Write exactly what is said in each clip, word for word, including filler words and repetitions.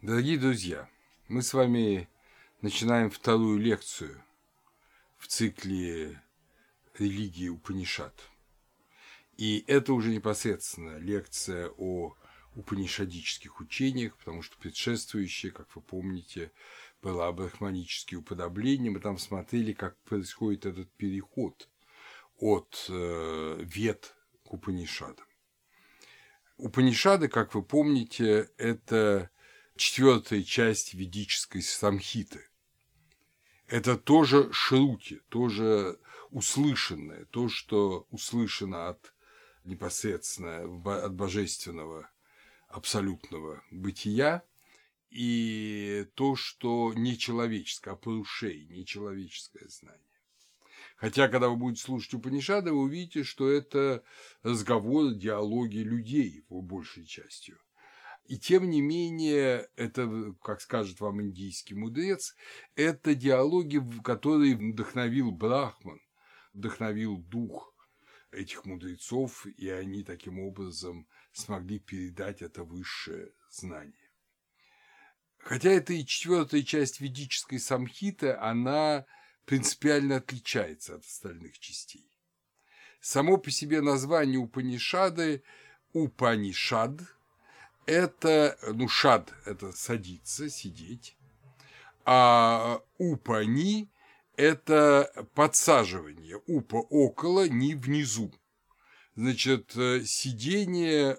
Дорогие друзья, мы с вами начинаем вторую лекцию в цикле «Религии Упанишад». И это уже непосредственно лекция о упанишадических учениях, потому что предшествующая, как вы помните, была о брахманические уподобления. Мы там смотрели, как происходит этот переход от э, Вед к Упанишадам. Упанишады, как вы помните, это четвертая часть ведической самхиты. Это тоже шрути, тоже услышанное, то, что услышано от непосредственно от божественного абсолютного бытия, и то, что нечеловеческое, а парушей, нечеловеческое знание. Хотя, когда вы будете слушать Упанишады, вы увидите, что это разговоры, диалоги людей, по большей частью. И тем не менее, это, как скажет вам индийский мудрец, это диалоги, которые вдохновил Брахман, вдохновил дух этих мудрецов, и они таким образом смогли передать это высшее знание. Хотя это и четвертая часть ведической самхиты, она принципиально отличается от остальных частей. Само по себе название Упанишады Упанишад – это, ну, шад – это садиться, сидеть, а упани – это подсаживание, упа – около, ни внизу. Значит, сидение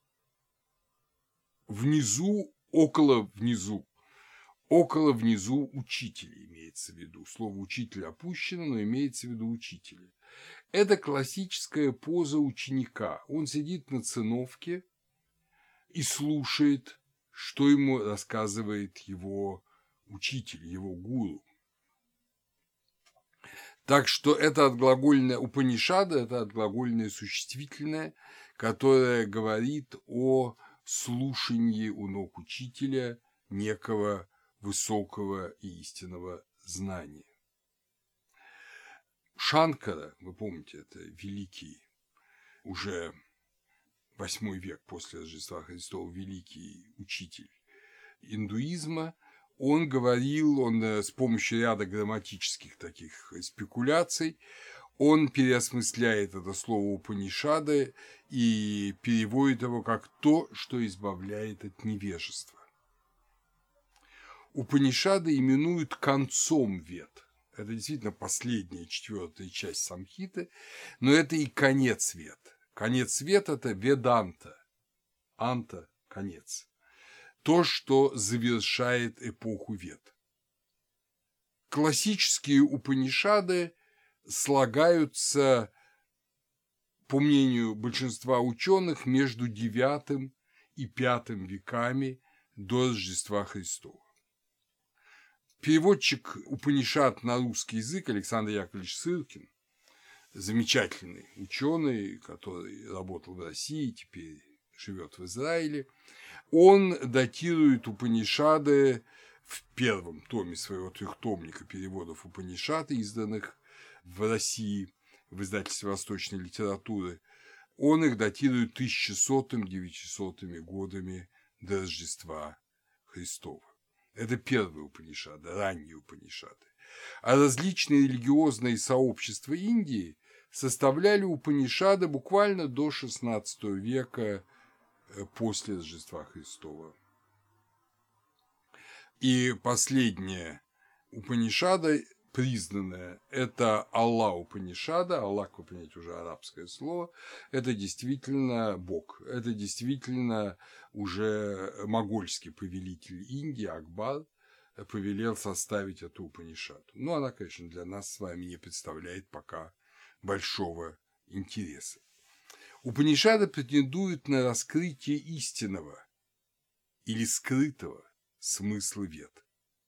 внизу, около внизу. Около внизу учителя имеется в виду. Слово «учитель» опущено, но имеется в виду учителя. Это классическая поза ученика. Он сидит на циновке и слушает, что ему рассказывает его учитель, его гуру. Так что это отглагольное Упанишада, это отглагольное существительное, которое говорит о слушании у ног учителя некого высокого и истинного знания. Шанкара, вы помните, это великий, уже восьмой век после Рождества Христова, великий учитель индуизма, он говорил, он с помощью ряда грамматических таких спекуляций, он переосмысляет это слово Упанишады и переводит его как то, что избавляет от невежества. Упанишады именуют концом Вед. Это действительно последняя, четвертая часть самхиты, но это и конец Вед. Конец Вед – это веданта, анта – конец. То, что завершает эпоху Вед. Классические Упанишады слагаются, по мнению большинства ученых, между девятым и пятым веками до Рождества Христова. Переводчик Упанишад на русский язык Александр Яковлевич Сыркин, замечательный ученый, который работал в России, теперь живет в Израиле, он датирует Упанишады в первом томе своего трехтомника переводов Упанишад, изданных в России в издательстве «Восточной литературы», он их датирует тысяча сотым — девятисотыми годами до Рождества Христова. Это первые Упанишады, ранние Упанишады. А различные религиозные сообщества Индии составляли Упанишады буквально до шестнадцатого века после Рождества Христова. И последняя Упанишада, признанная, это Алла Упанишада, Аллах, вы понимаете, уже арабское слово, это действительно Бог, это действительно уже могольский повелитель Индии, Акбар, повелел составить эту Упанишаду. Но она, конечно, для нас с вами не представляет пока большого интереса. Упанишады претендуют на раскрытие истинного или скрытого смысла Вед.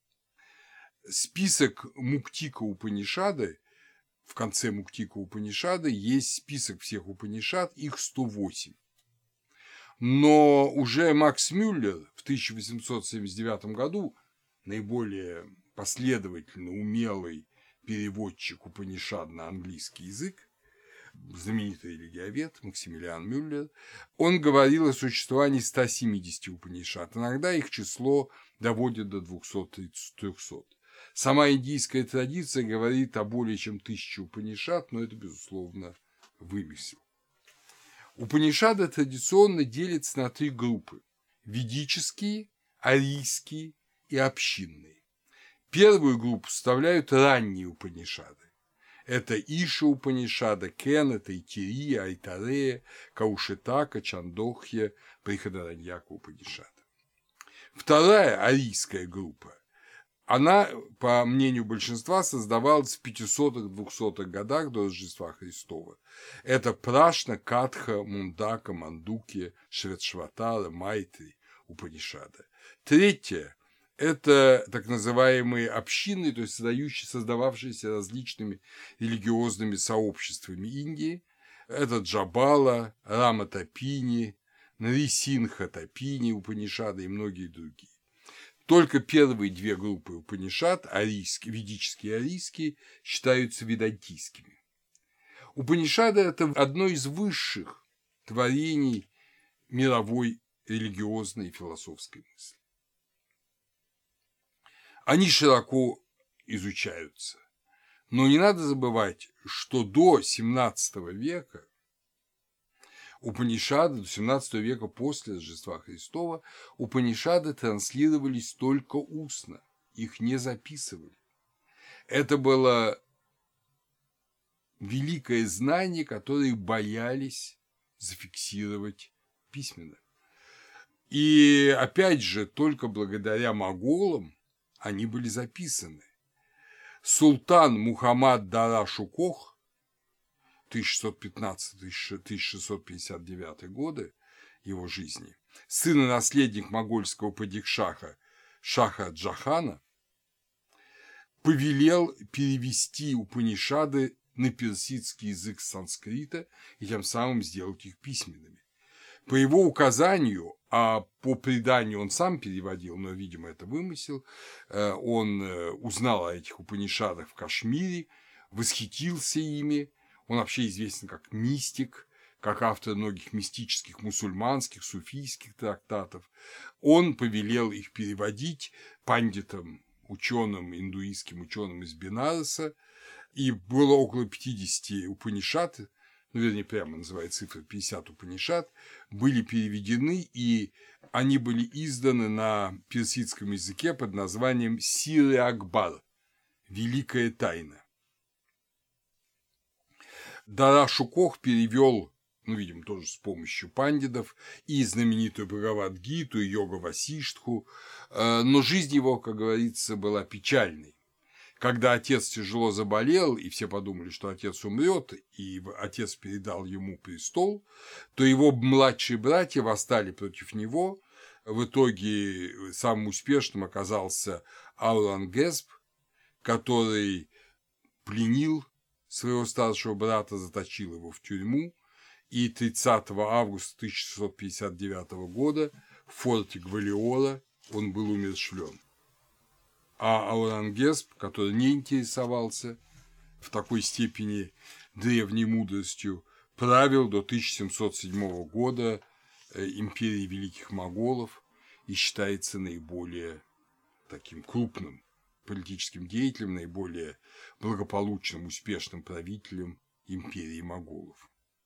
Список Муктика Упанишады, в конце Муктика Упанишады есть список всех Упанишад, их сто восемь. Но уже Макс Мюллер в тысяча восемьсот семьдесят девятом году, наиболее последовательно умелый переводчик Упанишад на английский язык, знаменитый религиовед Максимилиан Мюллер, он говорил о существовании ста семидесяти Упанишад. Иногда их число доводит до двухсот-трехсот. Сама индийская традиция говорит о более чем тысяче Упанишад, но это, безусловно, вымысел. Упанишады традиционно делятся на три группы – ведические, арийские и общинные. Первую группу составляют ранние Упанишады. Это Иша Упанишада, Кена, Тайтирия, Айтарея, Каушитака, Чандохья, Брихадараньяка Упанишада. Вторая арийская группа, она, по мнению большинства, создавалась в пятисотых-двухсотых годах до Рождества Христова. Это Прашна, Катха, Мундака, Мандукья, Шветшватара, Майтри Упанишада. Третья – это так называемые общины, то есть создающие, создававшиеся различными религиозными сообществами Индии. Это Джабала, Рама Тапини, Нрисинха Тапини Упанишада и многие другие. Только первые две группы Упанишад, арийские, ведические и арийские, считаются ведантийскими. Упанишады – это одно из высших творений мировой религиозной и философской мысли. Они широко изучаются. Но не надо забывать, что до семнадцатого века Упанишады, до семнадцатого века после Рождества Христова, Упанишады транслировались только устно, их не записывали. Это было великое знание, которое боялись зафиксировать письменно. И опять же, только благодаря моголам они были записаны. Султан Мухаммад Дара Шукох тысяча шестьсот пятнадцатый — тысяча шестьсот пятьдесят девятый годы его жизни, сын и наследник могольского падишаха Шаха Джахана, повелел перевести Упанишады на персидский язык с санскрита и тем самым сделать их письменными. По его указанию, а по преданию он сам переводил, но, видимо, это вымысел, он узнал о этих Упанишадах в Кашмире, восхитился ими. Он вообще известен как мистик, как автор многих мистических мусульманских, суфийских трактатов. Он повелел их переводить пандитам, ученым, индуистским ученым из Бенареса, и было около пятидесяти Упанишад, ну, вернее, прямо называется цифра пятьдесят Упанишад, были переведены, и они были изданы на персидском языке под названием Сир-и Акбар – «Великая тайна». Дара Шукох перевел, ну, видимо, тоже с помощью пандитов, и знаменитую Бхагавад-гиту, и Йога-Васиштху, но жизнь его, как говорится, была печальной. Когда отец тяжело заболел, и все подумали, что отец умрет, и отец передал ему престол, то его младшие братья восстали против него. В итоге самым успешным оказался Аурангзеб, который пленил своего старшего брата, заточил его в тюрьму, и тридцатого августа тысяча шестьсот пятьдесят девятого года в форте Гвалиора он был умерщвлен. А Аурангзеб, который не интересовался в такой степени древней мудростью, правил до тысяча семьсот седьмого года империей великих моголов и считается наиболее таким крупным политическим деятелем, наиболее благополучным, успешным правителем империи моголов.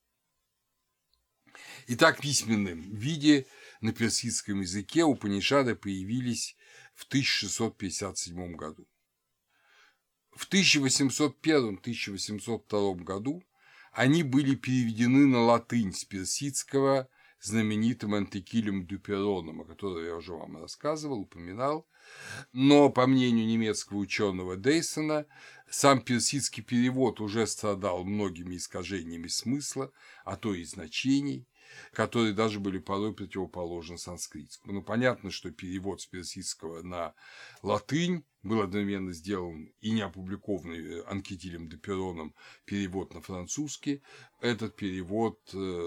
Итак, в письменном виде на персидском языке Упанишады появились в тысяча шестьсот пятьдесят седьмом году. В тысяча восемьсот первом — тысяча восемьсот втором году они были переведены на латынь с персидского знаменитым Антекилем Дюпероном, о котором я уже вам рассказывал, упоминал. Но, по мнению немецкого ученого Дейсона, сам персидский перевод уже страдал многими искажениями смысла, а то и значений, которые даже были порой противоположны санскритскому. Ну, понятно, что перевод с персидского на латынь был одновременно сделан и не опубликованный Антекилем Дюпероном перевод на французский. Этот перевод,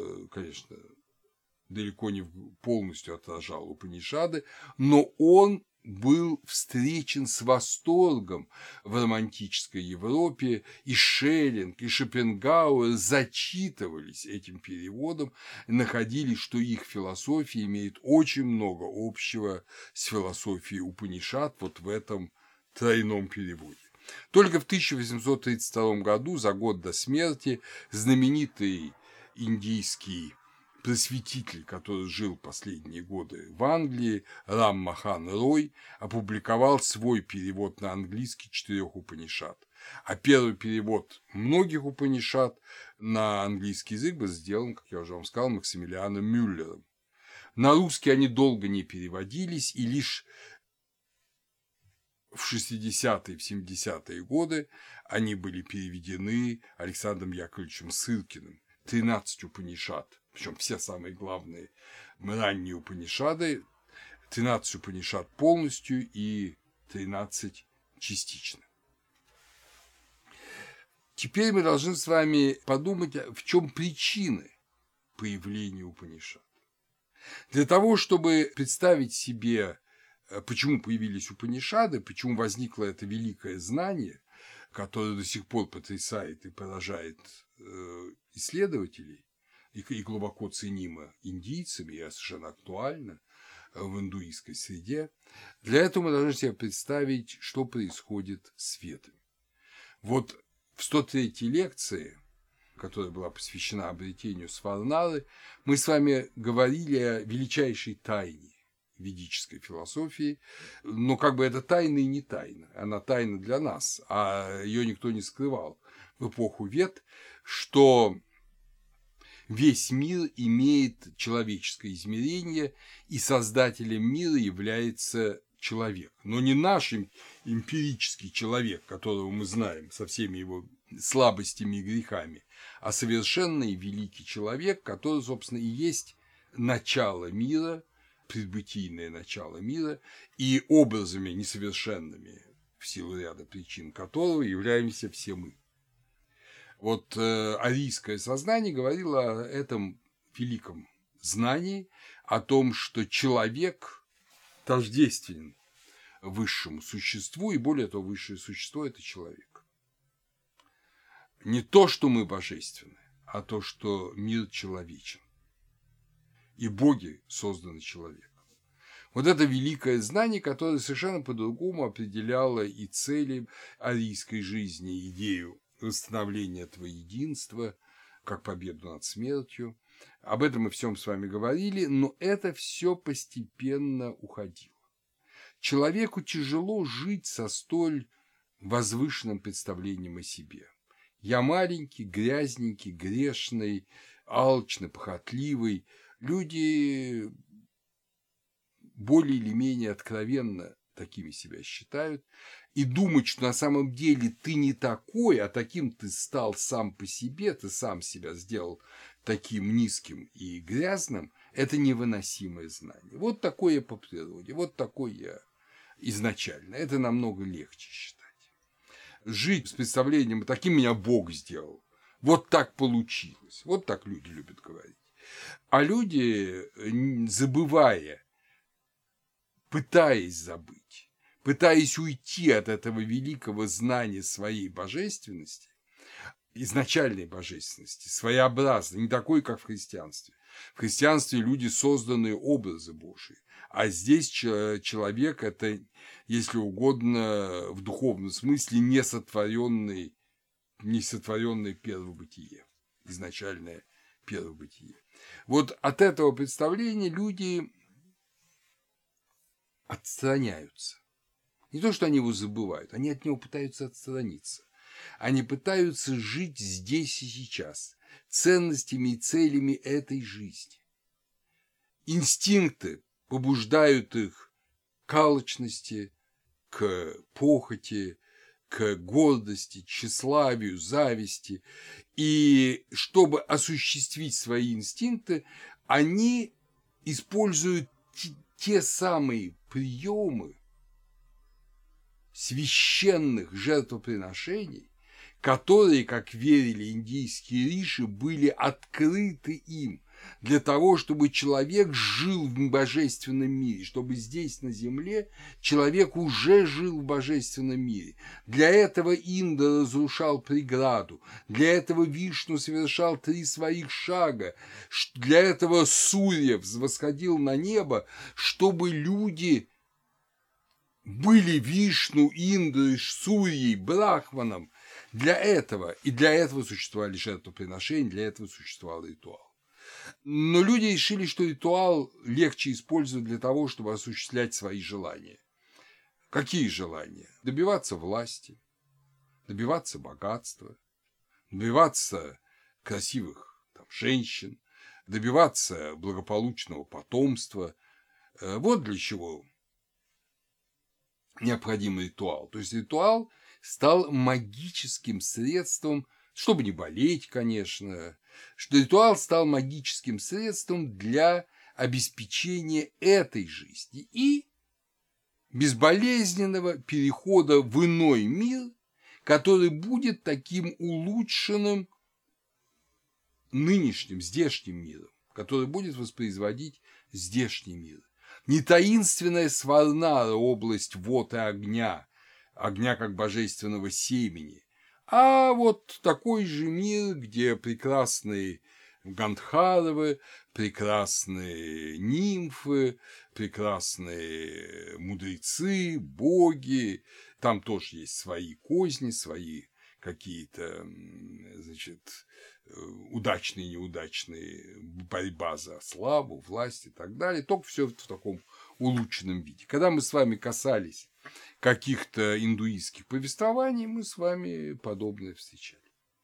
конечно, далеко не полностью отражал Упанишады, но он был встречен с восторгом в романтической Европе, и Шеллинг, и Шопенгауэр зачитывались этим переводом и находили, что их философия имеет очень много общего с философией Упанишад вот в этом тройном переводе. Только в тысяча восемьсот тридцать втором году, за год до смерти, знаменитый индийский просветитель, который жил последние годы в Англии, Рам Мохан Рой, опубликовал свой перевод на английский четырех Упанишад. А первый перевод многих Упанишад на английский язык был сделан, как я уже вам сказал, Максимилианом Мюллером. На русский они долго не переводились, и лишь в шестидесятые, в семидесятые годы они были переведены Александром Яковлевичем Сыркиным. тринадцать Упанишад, причем все самые главные ранние Упанишады, тринадцать Упанишад полностью и тринадцать частично. Теперь мы должны с вами подумать, в чем причины появления Упанишад. Для того, чтобы представить себе, почему появились Упанишады, почему возникло это великое знание, которое до сих пор потрясает и поражает исследователей, и глубоко ценимо индийцами, и совершенно актуально в индуистской среде, для этого мы должны себе представить, что происходит с ведами. Вот в сто третьей лекции, которая была посвящена обретению Сварнары, мы с вами говорили о величайшей тайне ведической философии, но как бы эта тайна и не тайна, она тайна для нас, а ее никто не скрывал в эпоху Вед, что весь мир имеет человеческое измерение, и создателем мира является человек. Но не наш эмпирический человек, которого мы знаем со всеми его слабостями и грехами, а совершенный великий человек, который, собственно, и есть начало мира, предбытийное начало мира, и образами несовершенными, в силу ряда причин которого являемся все мы. Вот э, арийское сознание говорило о этом великом знании, о том, что человек тождествен высшему существу, и более того, высшее существо – это человек. Не то, что мы божественны, а то, что мир человечен, и боги созданы человеком. Вот это великое знание, которое совершенно по-другому определяло и цели арийской жизни, идею восстановления этого единства, как победу над смертью. Об этом мы всем с вами говорили, но это все постепенно уходило. Человеку тяжело жить со столь возвышенным представлением о себе. Я маленький, грязненький, грешный, алчный, похотливый. Люди более или менее откровенно такими себя считают, и думать, что на самом деле ты не такой, а таким ты стал сам по себе, ты сам себя сделал таким низким и грязным, это невыносимое знание. Вот такое я по природе, вот такой я изначально. Это намного легче считать. Жить с представлением, таким меня Бог сделал. Вот так получилось. Вот так люди любят говорить. А люди, забывая, пытаясь забыть, пытаясь уйти от этого великого знания своей божественности, изначальной божественности, своеобразной, не такой, как в христианстве. В христианстве люди созданы образы Божии, а здесь человек – это, если угодно, в духовном смысле несотворенный, несотворенное первобытие, изначальное первобытие. Вот от этого представления люди отстраняются. Не то, что они его забывают, они от него пытаются отстраниться. Они пытаются жить здесь и сейчас, ценностями и целями этой жизни. Инстинкты побуждают их к алчности, к похоти, к гордости, тщеславию, зависти. И чтобы осуществить свои инстинкты, они используют те самые приемы священных жертвоприношений, которые, как верили индийские риши, были открыты им для того, чтобы человек жил в божественном мире, чтобы здесь, на земле, человек уже жил в божественном мире. Для этого Индра разрушал преграду, для этого Вишну совершал три своих шага, для этого Сурья восходил на небо, чтобы люди были Вишну, Индрой, Сурьей, Брахманом. Для этого, и для этого существовали жертвоприношения, для этого существовал ритуал. Но люди решили, что ритуал легче использовать для того, чтобы осуществлять свои желания. Какие желания? Добиваться власти, добиваться богатства, добиваться красивых там, женщин, добиваться благополучного потомства. Вот для чего необходим ритуал. То есть ритуал стал магическим средством, чтобы не болеть, конечно, что ритуал стал магическим средством для обеспечения этой жизни и безболезненного перехода в иной мир, который будет таким улучшенным нынешним, здешним миром, который будет воспроизводить здешний мир. Не таинственная Сварнара, область вод и огня, огня как божественного семени, а вот такой же мир, где прекрасные Гандхаровы, прекрасные нимфы, прекрасные мудрецы, боги, там тоже есть свои козни, свои какие-то, значит, удачные, неудачные, борьба за славу, власть и так далее, только все в таком улучшенном виде. Когда мы с вами касались каких-то индуистских повествований, мы с вами подобное встречали.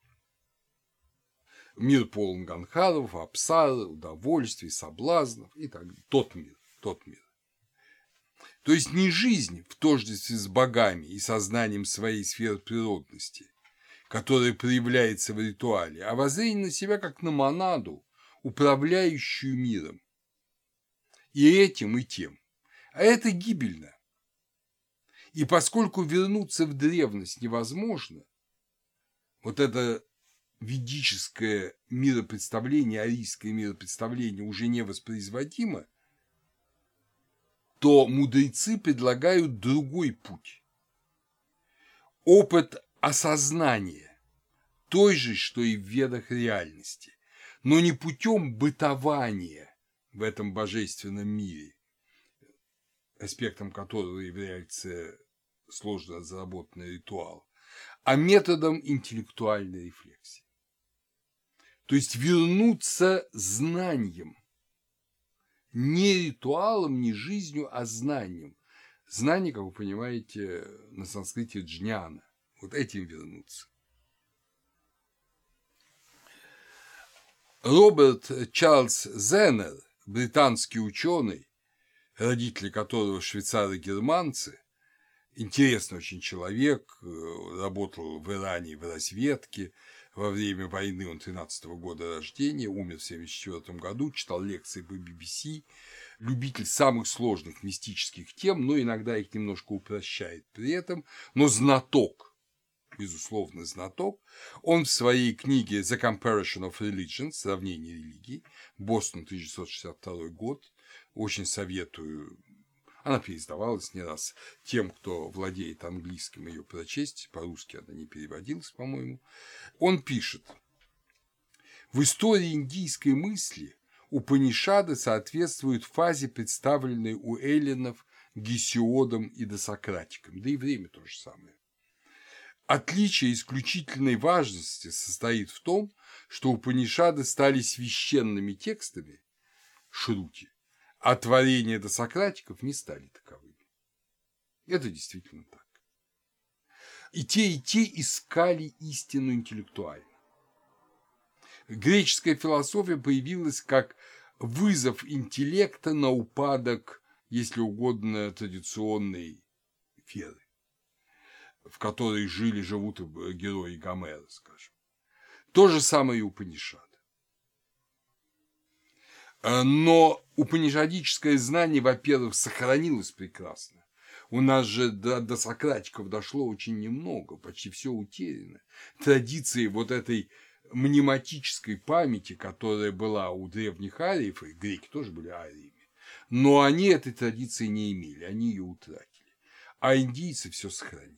Мир полон ганхаров, апсары, удовольствий, соблазнов и так далее. Тот мир, тот мир. То есть не жизнь в тождестве с богами и сознанием своей сферы природности, которая проявляется в ритуале, а воззрение на себя как на монаду, управляющую миром. И этим, и тем. А это гибельно. И поскольку вернуться в древность невозможно, вот это ведическое миропредставление, арийское миропредставление уже не воспроизводимо, то мудрецы предлагают другой путь. Опыт осознания той же, что и в ведах реальности, но не путем бытования в этом божественном мире, аспектом которого является сложно разработанный ритуал, а методом интеллектуальной рефлексии. То есть вернуться знанием, не ритуалом, не жизнью, а знанием. Знание, как вы понимаете, на санскрите джняна. Вот этим вернуться. Роберт Чарльз Зеннер, британский ученый, родители которого швейцары-германцы, интересный очень человек, работал в Иране в разведке, во время войны, он тринадцатого года рождения, умер в семьдесят четвёртом году, читал лекции по би би си, любитель самых сложных мистических тем, но иногда их немножко упрощает при этом, но знаток, безусловно, знаток. Он в своей книге «The Comparison of Religions» «Сравнение религий», Бостон, тысяча девятьсот шестьдесят второй год, очень советую. Она переиздавалась не раз тем, кто владеет английским, ее прочесть, по-русски она не переводилась, по-моему. Он пишет: в истории индийской мысли Упанишады соответствуют фазе, представленной у эллинов Гесиодом и Досократиком, да и время то же самое. Отличие исключительной важности состоит в том, что Упанишады стали священными текстами, шрути, а творения досократиков не стали таковыми. Это действительно так. И те, и те искали истину интеллектуально. Греческая философия появилась как вызов интеллекта на упадок, если угодно, традиционной веры, в которой жили, живут герои Гомера, скажем. То же самое и Упанишады. Но упанишадическое знание, во-первых, сохранилось прекрасно. У нас же до, до сократиков дошло очень немного, почти все утеряно. Традиции вот этой мнематической памяти, которая была у древних ариев, и греки тоже были ариями, но они этой традиции не имели, они ее утратили, а индийцы все сохранили.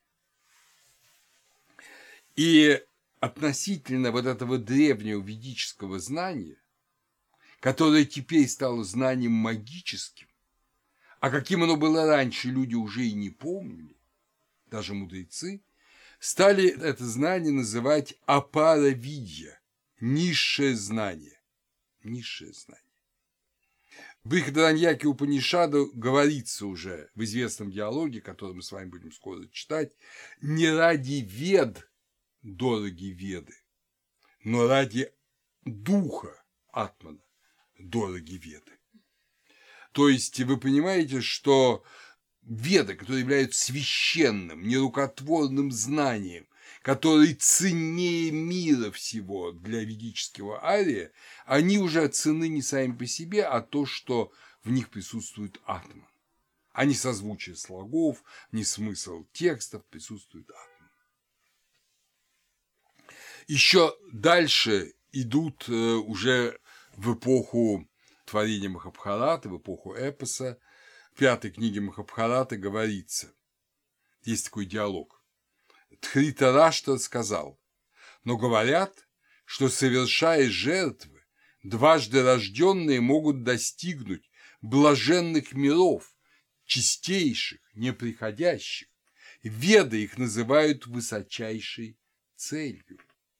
И относительно вот этого древнего ведического знания, которое теперь стало знанием магическим, а каким оно было раньше, люди уже и не помнили, даже мудрецы, стали это знание называть апаравидья, низшее знание. Низшее знание. В Брихадараньяке Упанишаду говорится уже в известном диалоге, который мы с вами будем скоро читать, не ради вед дороги веды, но ради духа атмана дороги веды. То есть вы понимаете, что веды, которые являются священным, нерукотворным знанием, который ценнее мира всего для ведического ария, они уже ценны не сами по себе, а то, что в них присутствует атман. А не созвучие слогов, не смысл текстов, присутствует атман. Еще дальше идут уже в эпоху творения Махабхараты, в эпоху эпоса. В пятой книге Махабхараты говорится, есть такой диалог. Дхритараштра сказал: но говорят, что, совершая жертвы, дважды рожденные могут достигнуть блаженных миров, чистейших, неприходящих. Веды их называют высочайшей целью.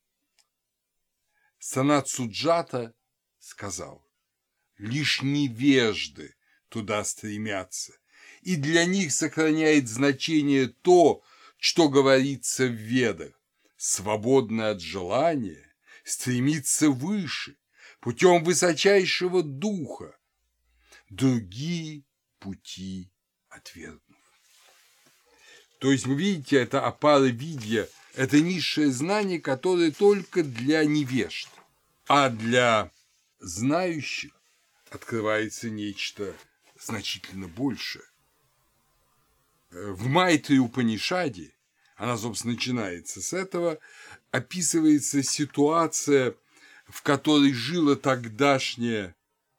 Санат Суджата сказал: лишь невежды туда стремятся, и для них сохраняет значение то, что говорится в Ведах, свободно от желания, стремиться выше, путем высочайшего духа, другие пути отвергнув. То есть, вы видите, это апаравидья, это низшее знание, которое только для невежд, а для знающих открывается нечто значительно большее. В Майтре Упанишаде, она, собственно, начинается с этого, описывается ситуация, в которой жило тогдашнее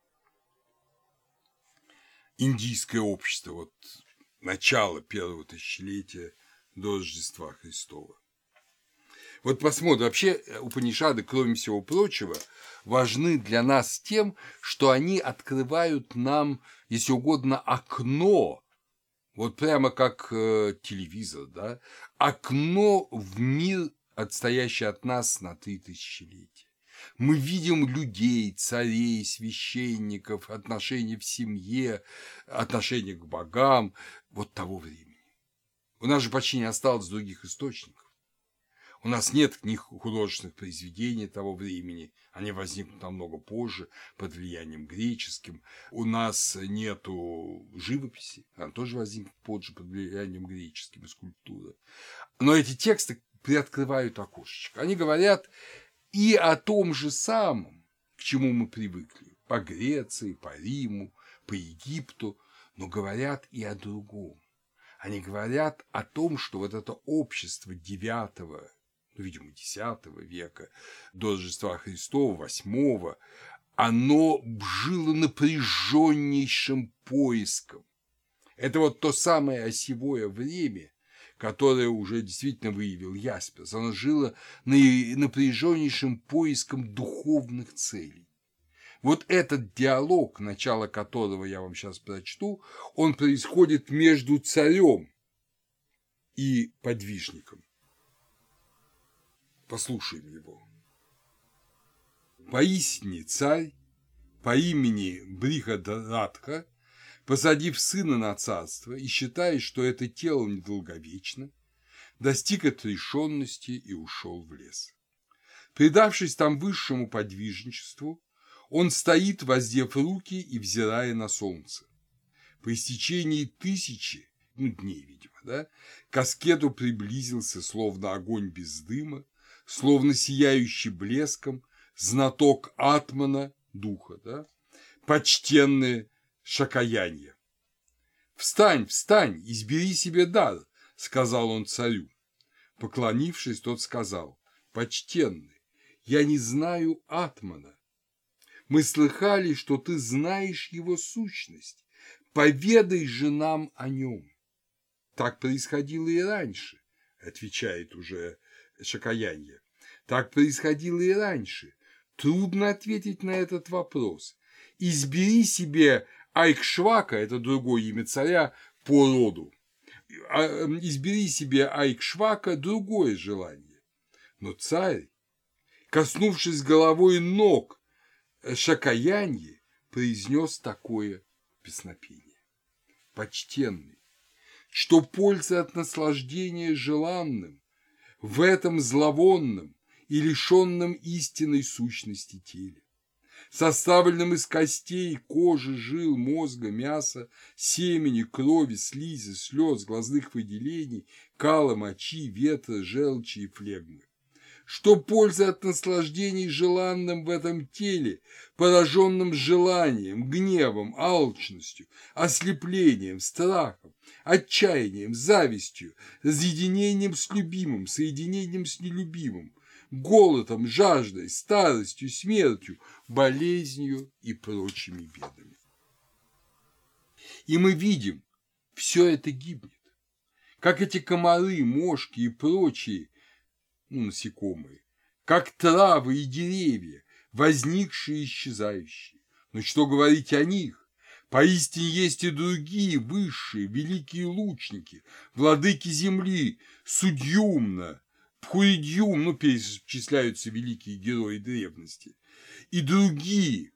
индийское общество, вот начало первого тысячелетия до Рождества Христова. Вот посмотрим, вообще Упанишады, кроме всего прочего, важны для нас тем, что они открывают нам, если угодно, окно, вот прямо как э, телевизор, да, окно в мир, отстоящий от нас на три тысячелетия. Мы видим людей, царей, священников, отношения в семье, отношения к богам вот того времени. У нас же почти не осталось других источников. У нас нет книг художественных произведений того времени, они возникнут намного позже, под влиянием греческим. У нас нету живописи, она тоже возникнет позже, под влиянием греческим, и скульптуры. Но эти тексты приоткрывают окошечко. Они говорят и о том же самом, к чему мы привыкли, по Греции, по Риму, по Египту, но говорят и о другом. Они говорят о том, что вот это общество девятого, ну, видимо, десятого века, до Рождества Христова, восьмого, оно жило напряженнейшим поиском. Это вот то самое осевое время, которое уже действительно выявил Ясперс. Оно жило напряженнейшим поиском духовных целей. Вот этот диалог, начало которого я вам сейчас прочту, он происходит между царем и подвижником. Послушаем его. Поистине царь по имени Брихадаратха, посадив сына на царство и считая, что это тело недолговечно, достиг отрешенности и ушел в лес. Предавшись там высшему подвижничеству, он стоит, воздев руки и взирая на солнце. По истечении тысячи, ну, дней, видимо, да, к аскету приблизился, словно огонь без дыма, словно сияющий блеском, знаток атмана, духа, да, почтенное Шакаянье. «Встань, встань, избери себе дар», — сказал он царю. Поклонившись, тот сказал: «Почтенный, я не знаю атмана. Мы слыхали, что ты знаешь его сущность. Поведай же нам о нем. Так происходило и раньше, отвечает уже Шакаянья. Так происходило и раньше. Трудно ответить на этот вопрос. Избери себе Айкшвака, это другое имя царя по роду. Избери себе Айкшвака другое желание. Но царь, коснувшись головой ног Шакаяньи, произнес такое песнопение. Почтенный, что польза от наслаждения желанным в этом зловонном и лишенном истинной сущности теле, составленном из костей, кожи, жил, мозга, мяса, семени, крови, слизи, слез, глазных выделений, кала, мочи, ветра, желчи и флегмы. Что польза от наслаждений желанным в этом теле, пораженным желанием, гневом, алчностью, ослеплением, страхом, отчаянием, завистью, разъединением с любимым, соединением с нелюбимым, голодом, жаждой, старостью, смертью, болезнью и прочими бедами. И мы видим, все это гибнет, как эти комары, мошки и прочие, ну, насекомые, как травы и деревья, возникшие и исчезающие. Но что говорить о них? Поистине есть и другие высшие, великие лучники, владыки земли, Судьюмна, Пхуридьюм, ну, перечисляются великие герои древности, и другие,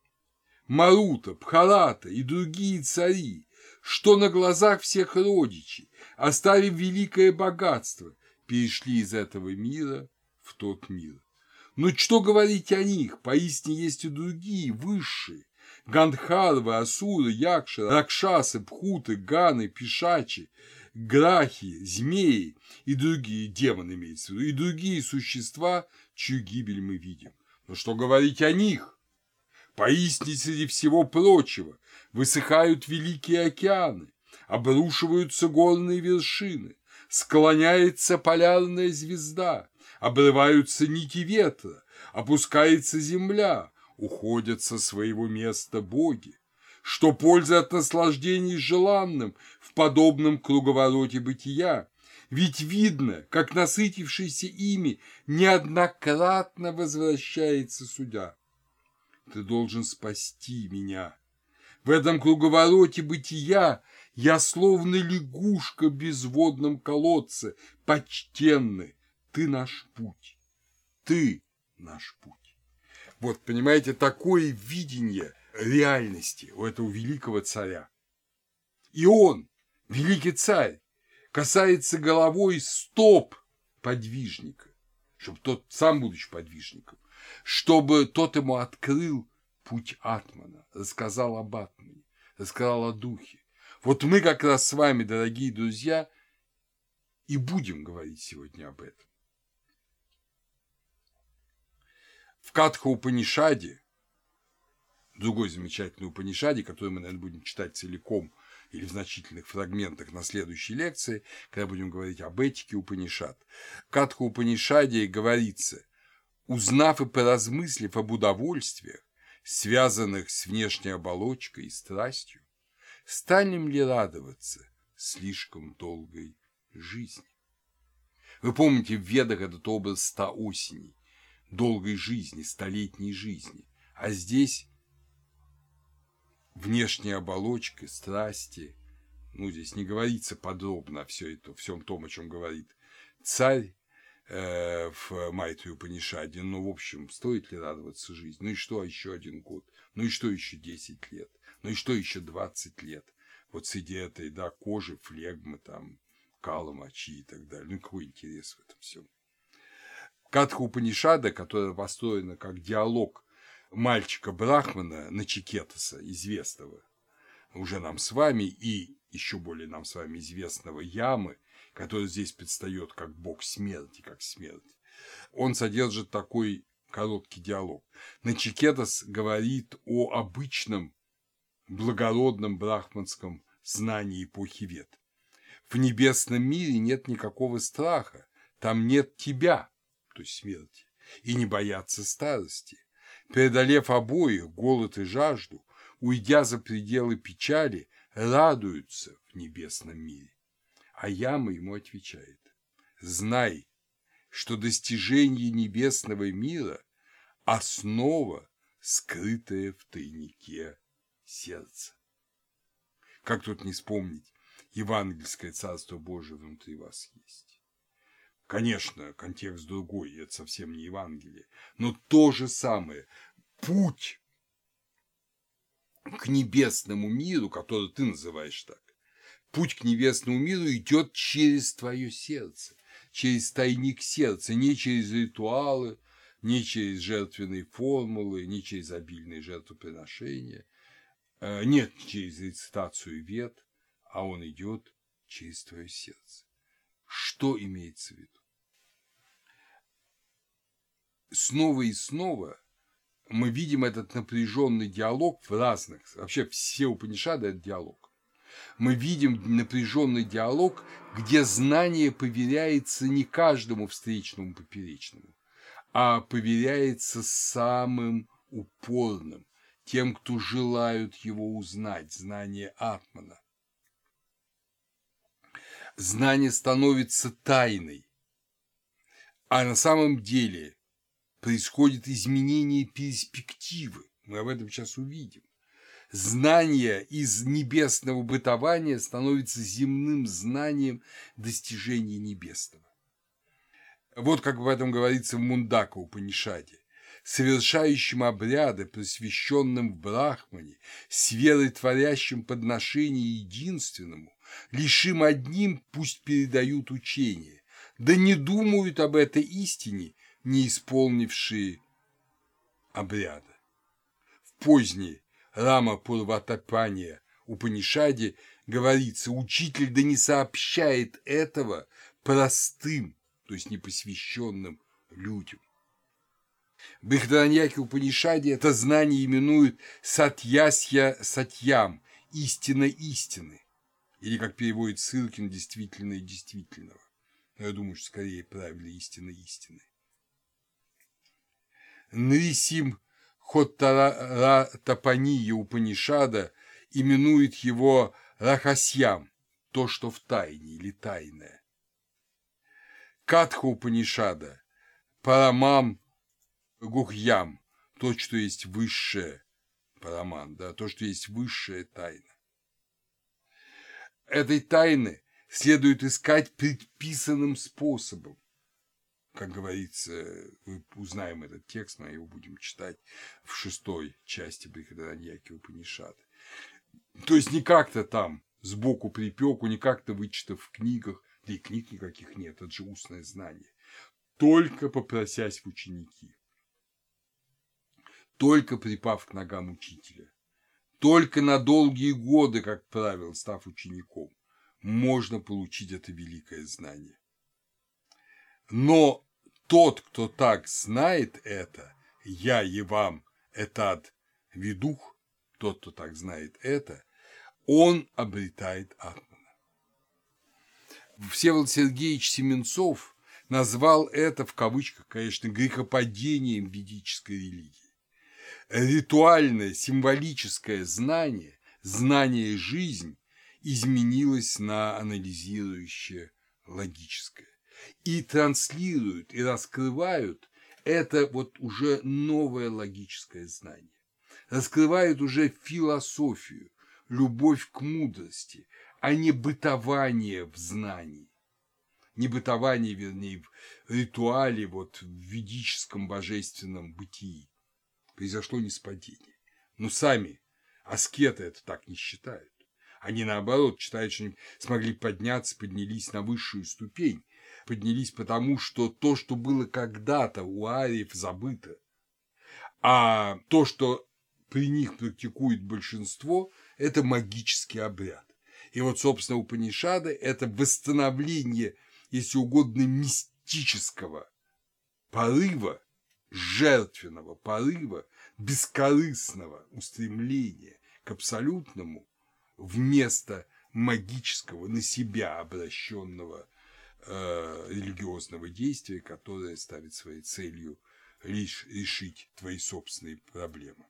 Марута, Бхарата и другие цари, что на глазах всех родичей, оставив великое богатство, перешли из этого мира в тот мир. Но что говорить о них? Поистине есть и другие, высшие. Гандхарвы, Асуры, Якши, Ракшасы, Пхуты, Ганы, Пишачи, Грахи, Змеи и другие, демоны имеются в виду, и другие существа, чью гибель мы видим. Но что говорить о них? Поистине среди всего прочего высыхают великие океаны, обрушиваются горные вершины, склоняется полярная звезда, обрываются нити ветра, опускается земля, уходят со своего места боги. Что польза от наслаждений желанным в подобном круговороте бытия? Ведь видно, как насытившийся ими неоднократно возвращается сюда. Ты должен спасти меня. В этом круговороте бытия я словно лягушка в безводном колодце. Почтенный, ты наш путь. Ты наш путь. Вот, понимаете, такое видение реальности у этого великого царя. И он, великий царь, касается головой стоп подвижника, чтобы тот, сам будучи подвижником, чтобы тот ему открыл путь атмана, рассказал об атмане, рассказал о духе. Вот мы как раз с вами, дорогие друзья, и будем говорить сегодня об этом. В Катха-Упанишаде, другой замечательной Упанишаде, который мы, наверное, будем читать целиком или в значительных фрагментах на следующей лекции, когда будем говорить об этике Упанишад, в Катха-Упанишаде говорится: узнав и поразмыслив об удовольствиях, связанных с внешней оболочкой и страстью, станем ли радоваться слишком долгой жизни? Вы помните, в Ведах этот образ ста осеней, долгой жизни, столетней жизни, а здесь внешняя оболочка, страсти, ну, здесь не говорится подробно о все это, всем том, о чем говорит царь э, в Майтре Упанишаде, но, в общем, стоит ли радоваться жизни? Ну и что еще один год? Ну и что еще десять лет? Ну и что еще двадцать лет? Вот среди этой, да, кожи, флегмы, там, кала, мочи и так далее. Ну, какой интерес в этом всем? Катха Упанишада, которая построена как диалог мальчика Брахмана Начикетаса, известного уже нам с вами, и еще более нам с вами известного Ямы, который здесь предстает как бог смерти, как смерть, он содержит такой короткий диалог. Начикетас говорит о обычном благородном брахманском знании эпохи Вед. В небесном мире нет никакого страха, там нет тебя, то есть смерти. и не боятся старости. Преодолев обоих, голод и жажду, уйдя за пределы печали, радуются в небесном мире. А Яма ему отвечает: знай, что достижение небесного мира – основа, скрытая в тайнике сердца. Как тут не вспомнить, евангельское Царство Божие внутри вас есть. Конечно, контекст другой, это совсем не Евангелие, но то же самое. Путь к небесному миру, который ты называешь так, путь к небесному миру идет через твое сердце, через тайник сердца, не через ритуалы, не через жертвенные формулы, не через обильные жертвоприношения, нет, через рецитацию вет, а он идет через твое сердце. Что имеется в виду? Снова и снова мы видим этот напряженный диалог в разных, вообще все Упанишады – это диалог. Мы видим напряженный диалог, где знание поверяется не каждому встречному поперечному, а поверяется самым упорным, тем, кто желают его узнать, знание Атмана. Знание становится тайной, а на самом деле происходит изменение перспективы. Мы об этом сейчас увидим. Знание из небесного бытования становится земным знанием достижения небесного. Вот как об этом говорится в Мундака Упанишаде. Совершающим обряды, посвященным в Брахмане, с верой творящим подношение единственному, лишь им одним пусть передают учение, да не думают об этой истине, не исполнившие обряда. В поздней Рама Пурватапания Упанишаде говорится: учитель да не сообщает этого простым, то есть непосвященным людям. В Брихадараньяке Упанишаде это знание именуют Сатьясья Сатьям, истина истины, или, как переводит Сыркин, действительное действительного. Но я думаю, что скорее правильно истина истины. Нрисим Хоттаратапания Упанишада именует его Рахасьям, то, что в тайне или тайное. Катха Упанишада Парамам Гухьям, то, что есть высшее, параман, да, то, что есть высшая тайна. Этой тайны следует искать предписанным способом. Как говорится, мы узнаем этот текст, мы его будем читать в шестой части Брихадараньяки Упанишады. То есть не как-то там сбоку припеку, не как-то вычитав в книгах, да и книг никаких нет, это же устное знание. Только попросясь в ученики. Только припав к ногам учителя, только на долгие годы, как правило, став учеником, можно получить это великое знание. Но тот, кто так знает это, я и вам, этад ведух, тот, кто так знает это, он обретает Атмана. Всеволод Сергеевич Семенцов назвал это, в кавычках, конечно, грехопадением ведической религии. Ритуальное, символическое знание, знание жизнь изменилось на анализирующее логическое. И транслируют, и раскрывают это вот уже новое логическое знание. Раскрывают уже философию, любовь к мудрости, а не бытование в знании. Не бытование, вернее, в ритуале, вот в ведическом божественном бытии. Произошло ниспадение. Но сами аскеты это так не считают. Они, наоборот, считают, что они смогли подняться, поднялись на высшую ступень. Поднялись потому, что то, что было когда-то у ариев, забыто. А то, что при них практикует большинство, это магический обряд. И вот, собственно, Упанишады – это восстановление, если угодно, мистического порыва, жертвенного порыва, бескорыстного устремления к абсолютному вместо магического, на себя обращенного э, религиозного действия, которое ставит своей целью лишь решить твои собственные проблемы.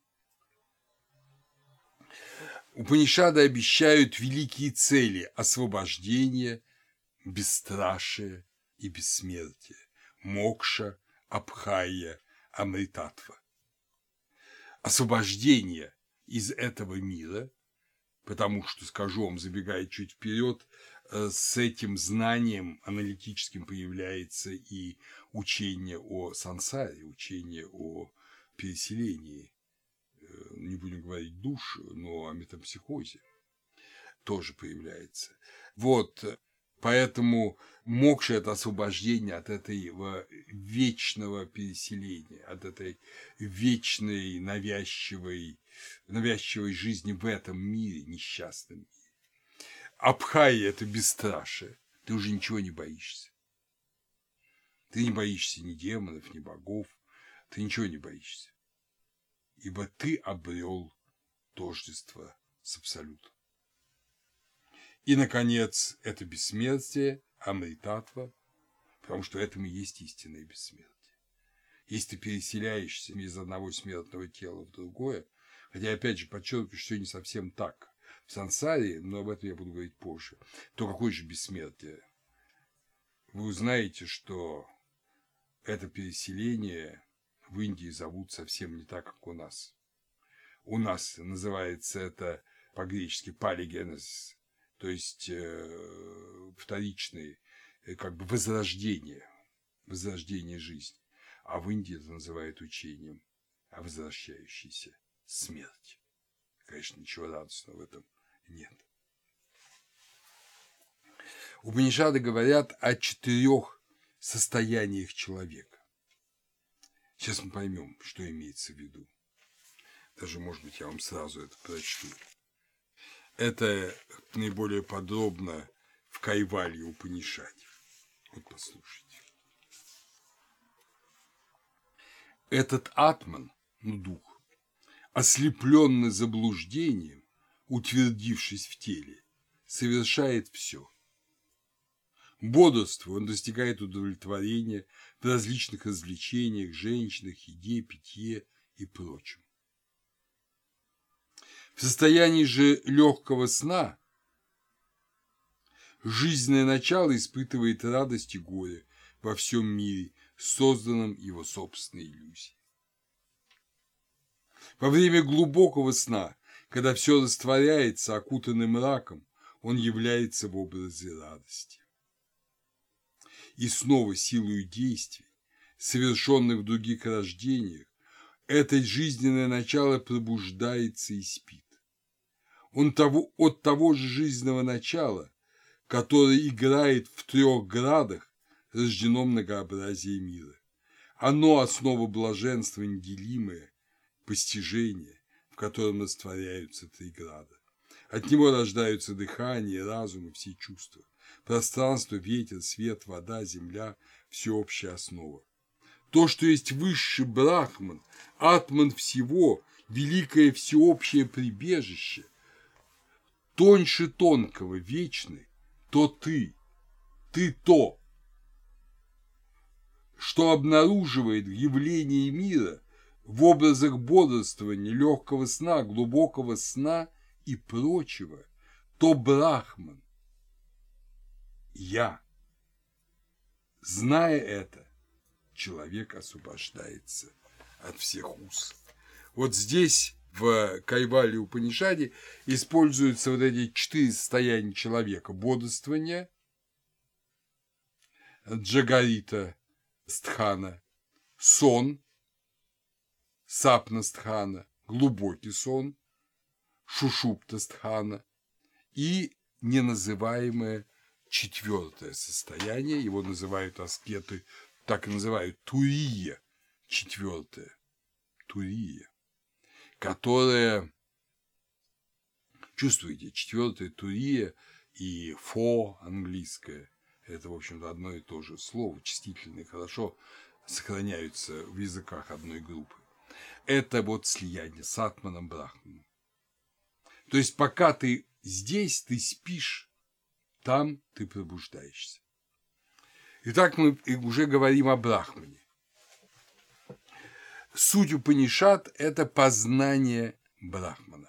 Упанишады обещают великие цели освобождения, бесстрашия и бессмертия, мокша, абхайя, амритатва. Освобождение из этого мира, потому что, скажу вам, забегая чуть вперед, с этим знанием аналитическим появляется и учение о сансаре, учение о переселении, не будем говорить душ, но о метампсихозе тоже появляется. Вот, поэтому мокша – это освобождение от этого вечного переселения, от этой вечной навязчивой, навязчивой жизни в этом мире, несчастном мире. Абхайя – это бесстрашие, ты уже ничего не боишься. Ты не боишься ни демонов, ни богов, ты ничего не боишься. Ибо ты обрел тождество с Абсолютом. И, наконец, это бессмертие, амритатва, потому что этому и есть истинное бессмертие. Если ты переселяешься из одного смертного тела в другое, хотя, опять же, подчеркиваю, что не совсем так в сансаре, но об этом я буду говорить позже, то какое же бессмертие? Вы узнаете, что это переселение в Индии зовут совсем не так, как у нас. У нас называется это по-гречески палигенез, то есть э, вторичное, э, как бы возрождение, возрождение жизни. А в Индии это называют учением о возвращающейся смерти. Конечно, ничего радостного в этом нет. Упанишады говорят о четырех состояниях человека. Сейчас мы поймем, что имеется в виду. Даже, может быть, я вам сразу это прочту. Это наиболее подробно в Кайвалье Упанишаде. Вот послушайте. Этот атман, ну дух, ослепленный заблуждением, утвердившись в теле, совершает все. Бодрствуя, он достигает удовлетворения в различных развлечениях, женщинах, еде, питье и прочем. В состоянии же легкого сна жизненное начало испытывает радость и горе во всем мире, созданном его собственной иллюзией. Во время глубокого сна, когда все растворяется, окутанным мраком, он является в образе радости. И снова силою действий, совершенных в других рождениях, это жизненное начало пробуждается и спит. Он того, от того же жизненного начала, которое играет в трех градах, рождено многообразие мира. Оно – основа блаженства неделимое, постижение, в котором растворяются три града. От него рождаются дыхание, разум и все чувства. Пространство, ветер, свет, вода, земля – всеобщая основа. То, что есть высший брахман, атман всего, великое всеобщее прибежище, тоньше тонкого, вечный, то ты, ты то, что обнаруживает в явлении мира в образах бодрствования, легкого сна, глубокого сна и прочего, то брахман, я. Зная это, человек освобождается от всех уз. Вот здесь, в Кайвалье Упанишаде, используются вот эти четыре состояния человека. Бодрствование, джагарита стхана, сон, сапна стхана, глубокий сон, шушупта стхана и неназываемое четвертое состояние, его называют аскеты, так и называют турия, четвертое, турия, которая, чувствуете, четвертая турия и фо английское, это, в общем-то, одно и то же слово, числительные хорошо сохраняются в языках одной группы. Это вот слияние с атманом брахманом. То есть, пока ты здесь, ты спишь, там ты пробуждаешься. Итак, мы уже говорим о брахмане. Суть Упанишад – это познание Брахмана.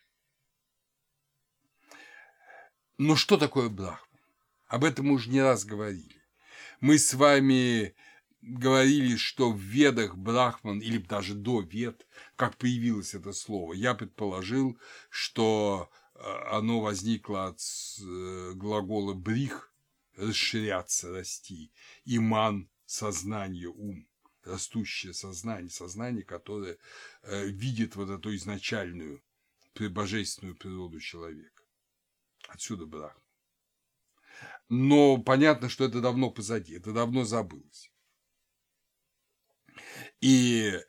Но что такое Брахман? Об этом мы уже не раз говорили. Мы с вами говорили, что в Ведах Брахман, или даже до Вед, как появилось это слово, я предположил, что оно возникло от глагола брих – расширяться, расти, и ман – сознание, ум, растущее сознание, сознание, которое видит вот эту изначальную божественную природу человека. Отсюда Брахман. Но понятно, что это давно позади, это давно забылось. И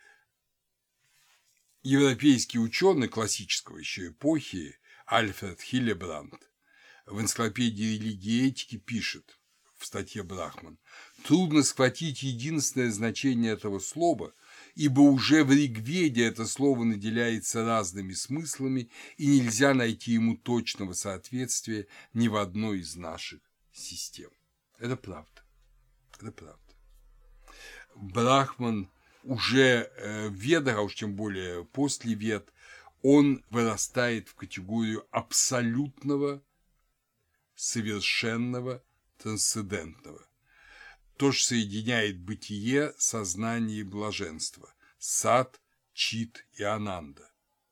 европейский ученый классического еще эпохи Альфред Хиллебранд в энциклопедии религии и этики пишет в статье Брахман: трудно схватить единственное значение этого слова, ибо уже в Ригведе это слово наделяется разными смыслами, и нельзя найти ему точного соответствия ни в одной из наших систем. Это правда. Это правда. Брахман уже в Ведах, а уж тем более после Вед, он вырастает в категорию абсолютного, совершенного, трансцендентного. То, что соединяет бытие, сознание и блаженство, сат, чит и ананда.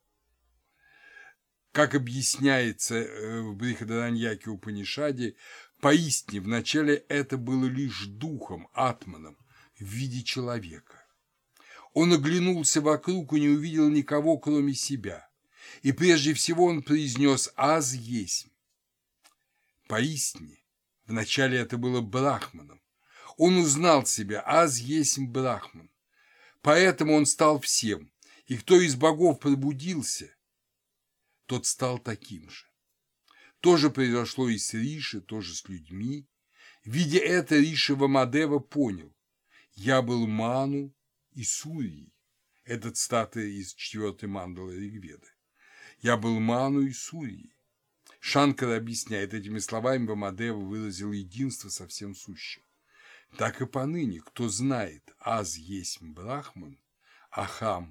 Как объясняется в Брихадараньяке Упанишаде, поистине вначале это было лишь духом, атманом, в виде человека. Он оглянулся вокруг и не увидел никого, кроме себя. И прежде всего он произнес «Аз есмь». Поистине, вначале это было Брахманом. Он узнал себя «Аз есмь Брахман». Поэтому он стал всем, и кто из богов пробудился, тот стал таким же. То же произошло и с Риши, тоже с людьми. Видя это, Риши Вамадева понял: я был Ману и Сурьей. Это цитата из четвертой мандалы Ригведы. Я был Ману и Сурьей. Шанкара объясняет, этими словами Вамадева выразил единство со всем сущим. Так и поныне, кто знает «Аз есмь Брахман», «Ахам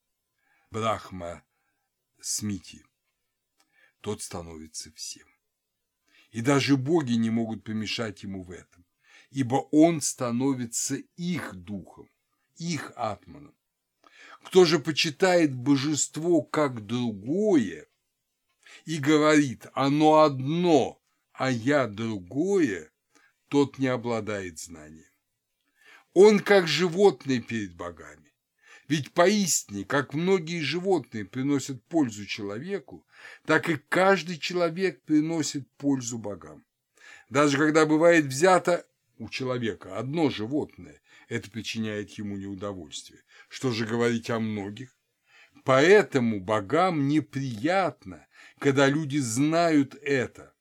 Брахма Смити», тот становится всем. И даже боги не могут помешать ему в этом, ибо он становится их духом, их атманом. Кто же почитает божество как другое и говорит «оно одно, а я другое», тот не обладает знанием. Он как животное перед богами. Ведь поистине, как многие животные приносят пользу человеку, так и каждый человек приносит пользу богам. Даже когда бывает взято у человека одно животное, это причиняет ему неудовольствие. Что же говорить о многих? Поэтому богам неприятно, когда люди знают это.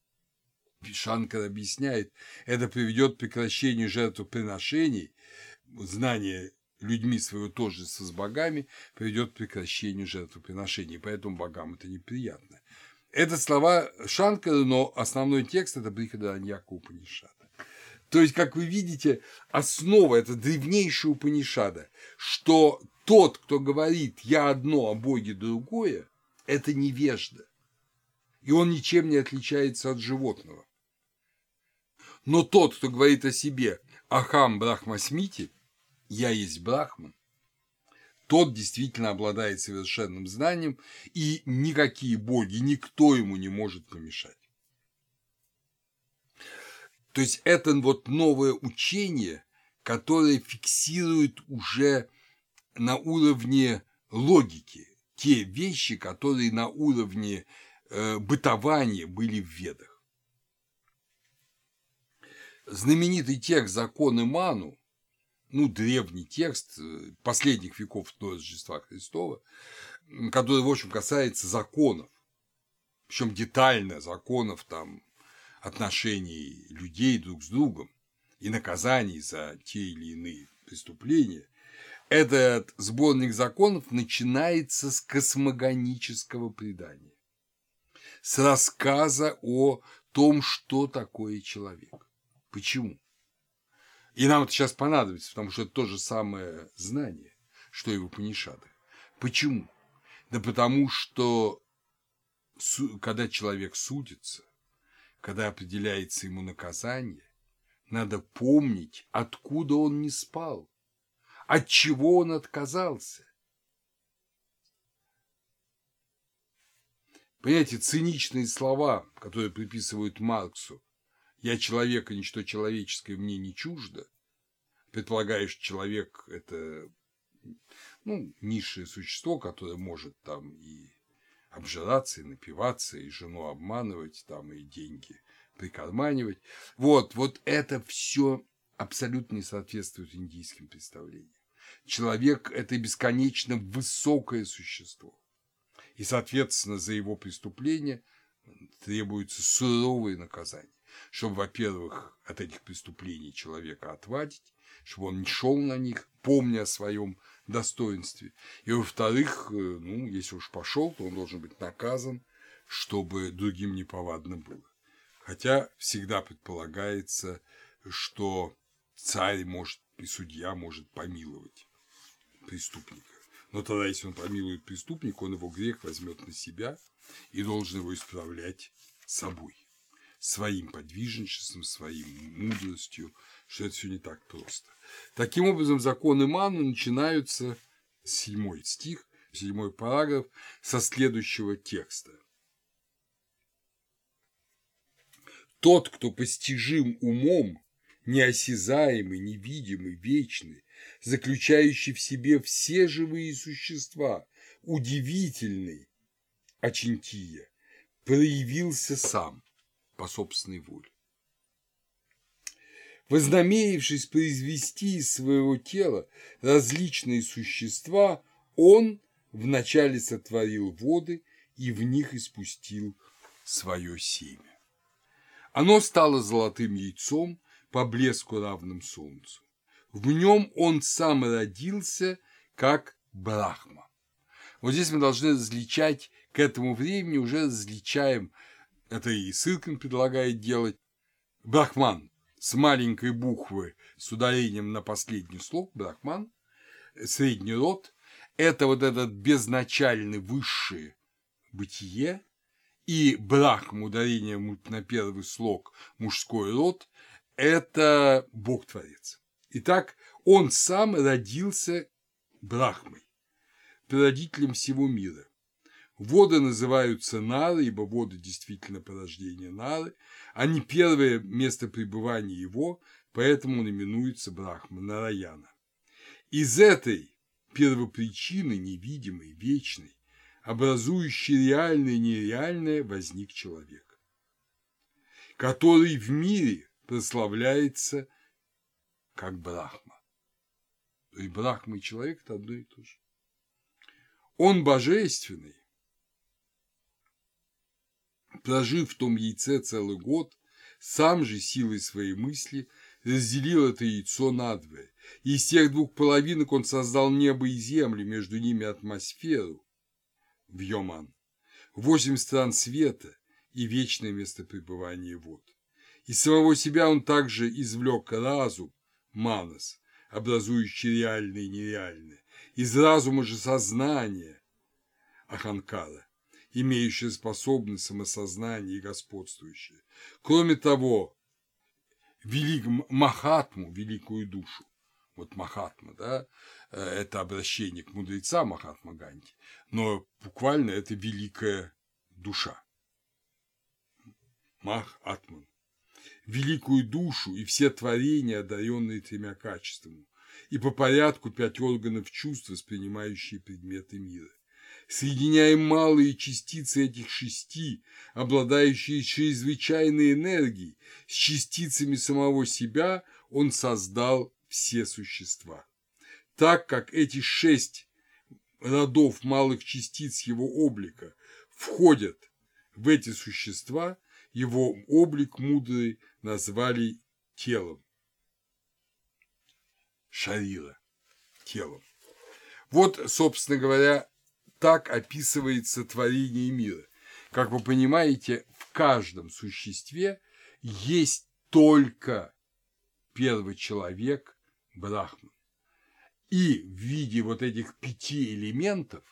Шанкар объясняет, это приведет к прекращению жертвоприношений, знание людьми своего тождества с богами приведет к прекращению жертвоприношений, поэтому богам это неприятно. Это слова Шанкара, но основной текст – это Брихадараньяка Упанишада. То есть, как вы видите, основа – это древнейшая Упанишада, что тот, кто говорит «я одно, а боги другое», это невежда, и он ничем не отличается от животного. Но тот, кто говорит о себе «Ахам Брахмасмити», «я есть Брахман», тот действительно обладает совершенным знанием, и никакие боги, никто ему не может помешать. То есть это вот новое учение, которое фиксирует уже на уровне логики те вещи, которые на уровне э, бытования были в Ведах. Знаменитый текст «Законы Ману», ну, древний текст последних веков до Рождества Христова, который, в общем, касается законов, причем детально законов там, отношений людей друг с другом и наказаний за те или иные преступления. Этот сборник законов начинается с космогонического предания, с рассказа о том, что такое человек. Почему? И нам это сейчас понадобится, потому что это то же самое знание. что и в Упанишадах. Почему? Да потому что, когда человек судится, когда определяется ему наказание, надо помнить, откуда он не спал, от чего он отказался. Понимаете, циничные слова, которые приписывают Марксу, «я человек, и ничто человеческое мне не чуждо», предполагая, что человек – это, ну, низшее существо, которое может там и обжираться, и напиваться, и жену обманывать, там, и деньги прикарманивать. Вот, вот это все абсолютно не соответствует индийским представлениям. Человек – это бесконечно высокое существо. И, соответственно, за его преступления требуется суровые наказания, чтобы, во-первых, от этих преступлений человека отвадить, чтобы он не шел на них, помня о своем достоинстве. И, во-вторых, ну, если уж пошел, то он должен быть наказан, чтобы другим неповадно было. Хотя всегда предполагается, что царь может и судья может помиловать преступника. Но тогда, если он помилует преступника, он его грех возьмет на себя и должен его исправлять собой, своим подвижничеством, своей мудростью, что это все не так просто. Таким образом, законы Ману начинаются, седьмой стих, седьмой параграф, со следующего текста. Тот, кто постижим умом, неосязаемый, невидимый, вечный, заключающий в себе все живые существа, удивительный Ачинтия, проявился сам по собственной воле. Вознамерившись произвести из своего тела различные существа, он вначале сотворил воды и в них испустил свое семя. Оно стало золотым яйцом по блеску равным солнцу. В нем он сам родился, как Брахма. Вот здесь мы должны различать, к этому времени уже различаем, это и Сыркин предлагает делать, Брахман с маленькой буквы с ударением на последний слог, Брахман, средний род, это вот этот безначальный высшее бытие, и Брахма, ударение на первый слог, мужской род, это Бог-творец. Итак, он сам родился Брахмой, прародителем всего мира. Воды называются Нары, ибо воды действительно порождение Нары, они первое место пребывания его, поэтому он именуется Брахма, Нараяна. Из этой первопричины, невидимой, вечной, образующей реальное и нереальное, возник человек, который в мире прославляется как Брахма. И Брахма и человек – это одно и то же. Он божественный, прожив в том яйце целый год, сам же силой своей мысли разделил это яйцо надвое, и из тех двух половинок он создал небо и землю, между ними атмосферу, в Йоман, восемь стран света и вечное место пребывания вод. Из самого себя он также извлек разум, манас, образующий реальное и нереальное, из разума же сознание, аханкара, имеющее способность самосознания и господствующее. Кроме того, велик Махатму, великую душу, вот Махатма, да, это обращение к мудрецам Махатма Ганди, но буквально это великая душа. Мах-Атман. Великую душу и все творения, одаренные тремя качествами, и по порядку пять органов чувств, воспринимающие предметы мира. Соединяя малые частицы этих шести, обладающие чрезвычайной энергией, с частицами самого себя, он создал все существа. Так как эти шесть родов малых частиц его облика входят в эти существа, его облик мудрый назвали телом. Шарира. Телом. Вот, собственно говоря, так описывается творение мира. Как вы понимаете, в каждом существе есть только первый человек Брахман. И в виде вот этих пяти элементов,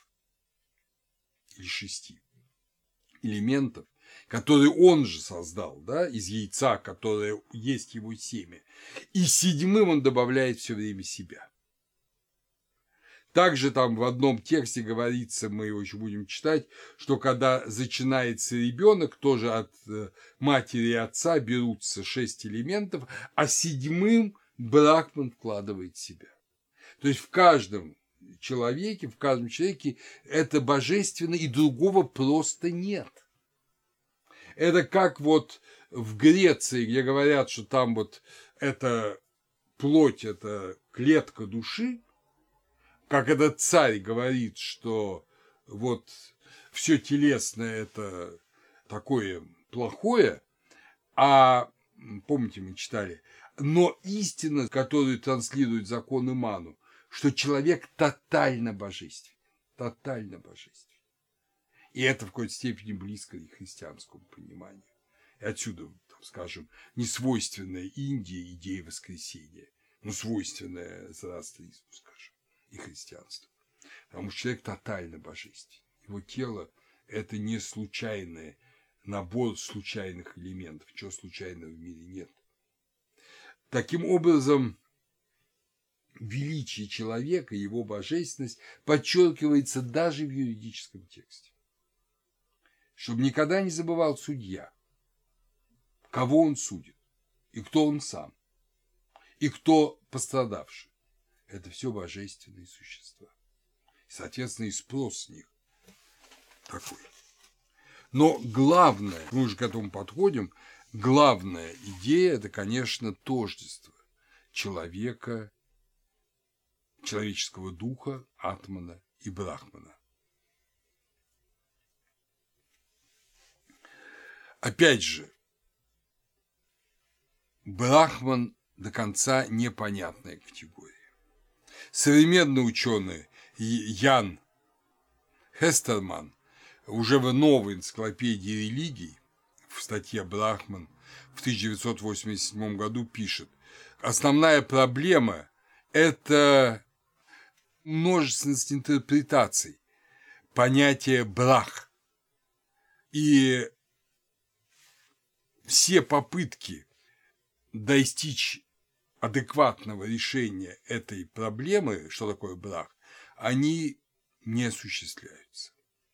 или шести элементов, которые он же создал, да, из яйца, которое есть его семя, и седьмым он добавляет все время себя. Также там в одном тексте говорится, мы его еще будем читать, что когда зачинается ребенок, тоже от матери и отца берутся шесть элементов, а седьмым Брахман вкладывает себя. То есть в каждом человеке, в каждом человеке это божественно, и другого просто нет. Это как вот в Греции, где говорят, что там вот эта плоть, это клетка души, как этот царь говорит, что вот все телесное это такое плохое, а помните, мы читали, но истина, которую транслирует законы Ману, что человек тотально божественен, тотально божественен. И это в какой-то степени близко к христианскому пониманию. И отсюда, там, скажем, несвойственная Индии идея воскресения, но свойственная зороастризму, скажем, и христианству. Потому что человек тотально божественен. Его тело – это не случайный набор случайных элементов. Чего случайного в мире нет. Таким образом, величие человека, его божественность подчеркивается даже в юридическом тексте. Чтобы никогда не забывал судья, кого он судит, и кто он сам, и кто пострадавший. Это все божественные существа. И, соответственно, и спрос с них такой. Но главное, мы уже к этому подходим, главная идея – это, конечно, тождество человека, человеческого духа, атмана и брахмана. Опять же, брахман до конца непонятная категория. Современный ученый Ян Хестерман уже в новой энциклопедии религий в статье «Брахман» в тысяча девятьсот восемьдесят седьмом году пишет: основная проблема – это множественность интерпретаций понятия брах. И все попытки достичь адекватного решения этой проблемы, что такое брах, они не осуществляются.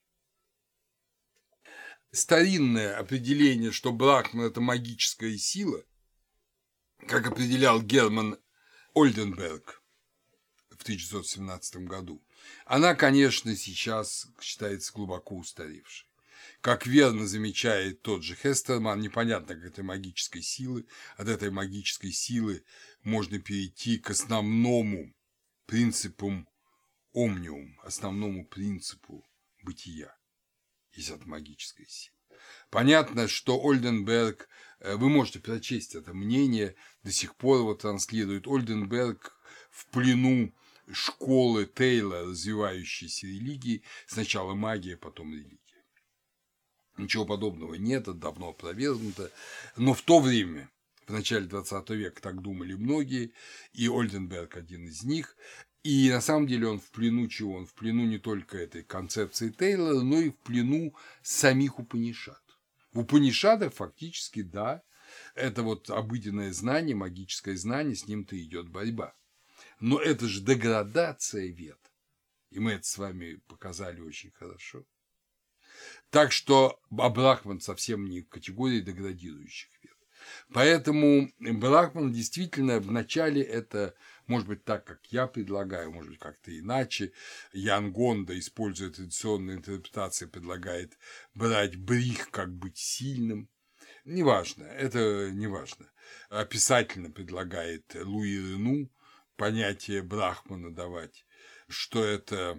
Старинное определение, что брахман – это магическая сила, как определял Герман Ольденберг в тысяча девятьсот семнадцатом году, она, конечно, сейчас считается глубоко устаревшей. Как верно замечает тот же Хестерман, непонятно, как этой магической силы, от этой магической силы можно перейти к основному принципу омниум, основному принципу бытия, из от магической силы. Понятно, что Ольденберг, вы можете прочесть это мнение, до сих пор его транслирует. Ольденберг в плену школы Тейла, развивающейся религии, сначала магия, потом религия. Ничего подобного нет, это давно опровергнуто, но в то время, в начале двадцатого века, так думали многие, и Ольденберг один из них, и на самом деле он в плену чего? Он в плену не только этой концепции Тейлора, но и в плену самих Упанишад. В Упанишадах фактически, да, это вот обыденное знание, магическое знание, с ним-то идет борьба. Но это же деградация вед, и мы это с вами показали очень хорошо. Так что Брахман совсем не в категории деградирующих вед. Поэтому Брахман действительно вначале это, может быть, так, как я предлагаю, может быть, как-то иначе. Ян Гонда, используя традиционные интерпретации, предлагает брать брих, как быть сильным. Неважно, это неважно. Описательно предлагает Луи Рену понятие Брахмана давать, что это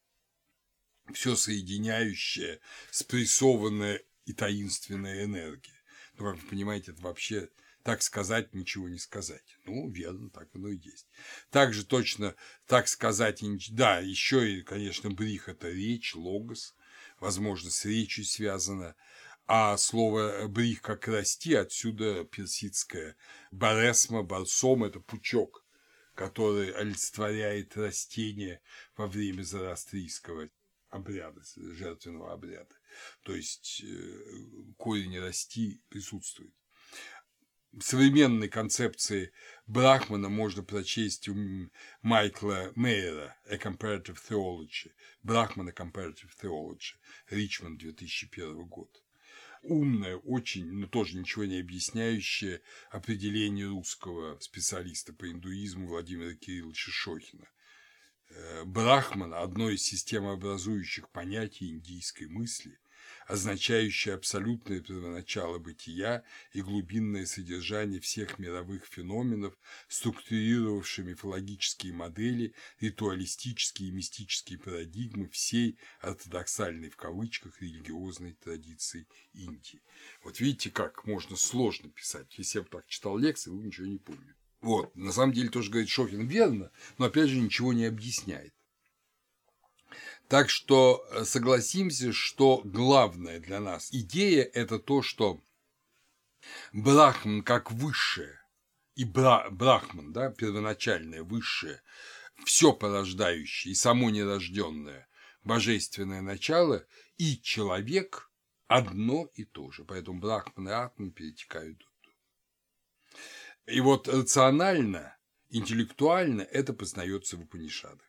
все соединяющая, спрессованная и таинственная энергия. Ну, как вы понимаете, это вообще так сказать, ничего не сказать. Ну, верно, так оно и есть. Также точно так сказать, да, еще и, конечно, брих – это речь, логос, возможно, с речью связано. А слово брих как расти, отсюда персидское баресма, барсом – это пучок, который олицетворяет растение во время зороастрийского обряда, жертвенного обряда. То есть корень расти присутствует. В современной концепции Брахмана можно прочесть у Майкла Мейера «A Comparative Theology», Брахмана Comparative Theology, Ричмонд, две тысячи первый год. Умное, очень, но тоже ничего не объясняющее определение русского специалиста по индуизму Владимира Кирилловича Шохина. Брахман – одно из системообразующих понятий индийской мысли, означающее абсолютное первоначало бытия и глубинное содержание всех мировых феноменов, структурировавшие мифологические модели, ритуалистические и мистические парадигмы всей ортодоксальной в кавычках религиозной традиции Индии. Вот видите, как можно сложно писать. Если я бы так читал лекции, вы ничего не поняли. Вот, на самом деле тоже говорит Шохин верно, но опять же ничего не объясняет. Так что согласимся, что главная для нас идея – это то, что Брахман как высшее, и бра, Брахман, да, первоначальное, высшее, все порождающее и само нерожденное божественное начало и человек одно и то же. Поэтому Брахман и Атман перетекают друг в друга. И вот рационально, интеллектуально это познается в Упанишадах.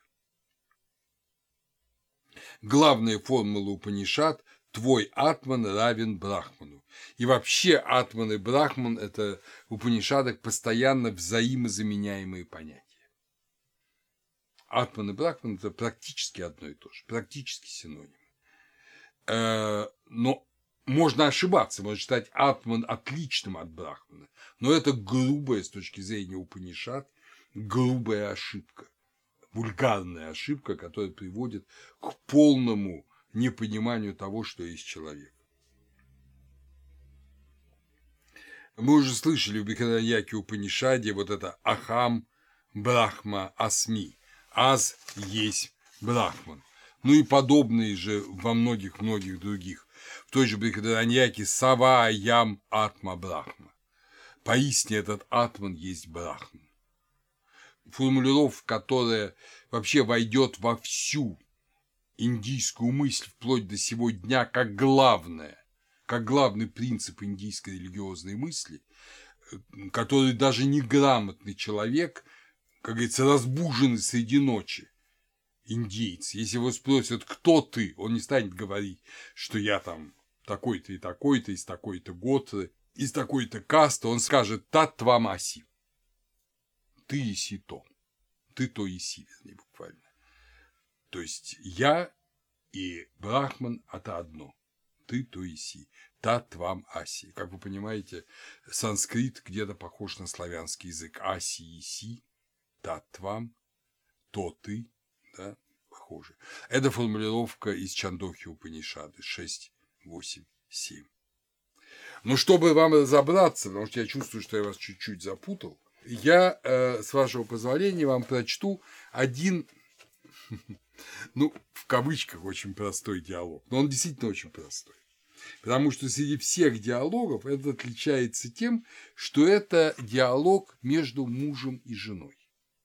Главная формула Упанишад – твой Атман равен Брахману. И вообще Атман и Брахман – это в Упанишадах постоянно взаимозаменяемые понятия. Атман и Брахман – это практически одно и то же, практически синонимы. Но можно ошибаться, можно считать Атман отличным от Брахмана, но это грубая с точки зрения Упанишад, грубая ошибка. Вульгарная ошибка, которая приводит к полному непониманию того, что есть человек. Мы уже слышали в Брихадарanyаке Упанишаде вот это Ахам Брахма Асми. Аз есть Брахман. Ну и подобные же во многих-многих других. В той же Брихадарanyаке Сава Ям Атма Брахма. Поистине этот Атман есть Брахман. Формулировка, которая вообще войдет во всю индийскую мысль вплоть до сего дня как главное, как главный принцип индийской религиозной мысли, который даже неграмотный человек, как говорится, разбуженный среди ночи индейец, если его спросят, кто ты, он не станет говорить, что я там такой-то и такой-то, из такой-то готры, из такой-то касты, он скажет «Тат-твам-аси». Ты еси то. Ты то еси, вернее, буквально. То есть я и Брахман – это одно. Ты то еси. Тат-твам-аси. Как вы понимаете, санскрит где-то похож на славянский язык. Аси, еси, тат-твам, то ты, да, похоже. Это формулировка из Чандохи Упанишады шесть, восемь, семь. Но чтобы вам разобраться, потому что я чувствую, что я вас чуть-чуть запутал, я, э, с вашего позволения, вам прочту один, ну, в кавычках, очень простой диалог. Но он действительно очень простой. Потому что среди всех диалогов это отличается тем, что это диалог между мужем и женой.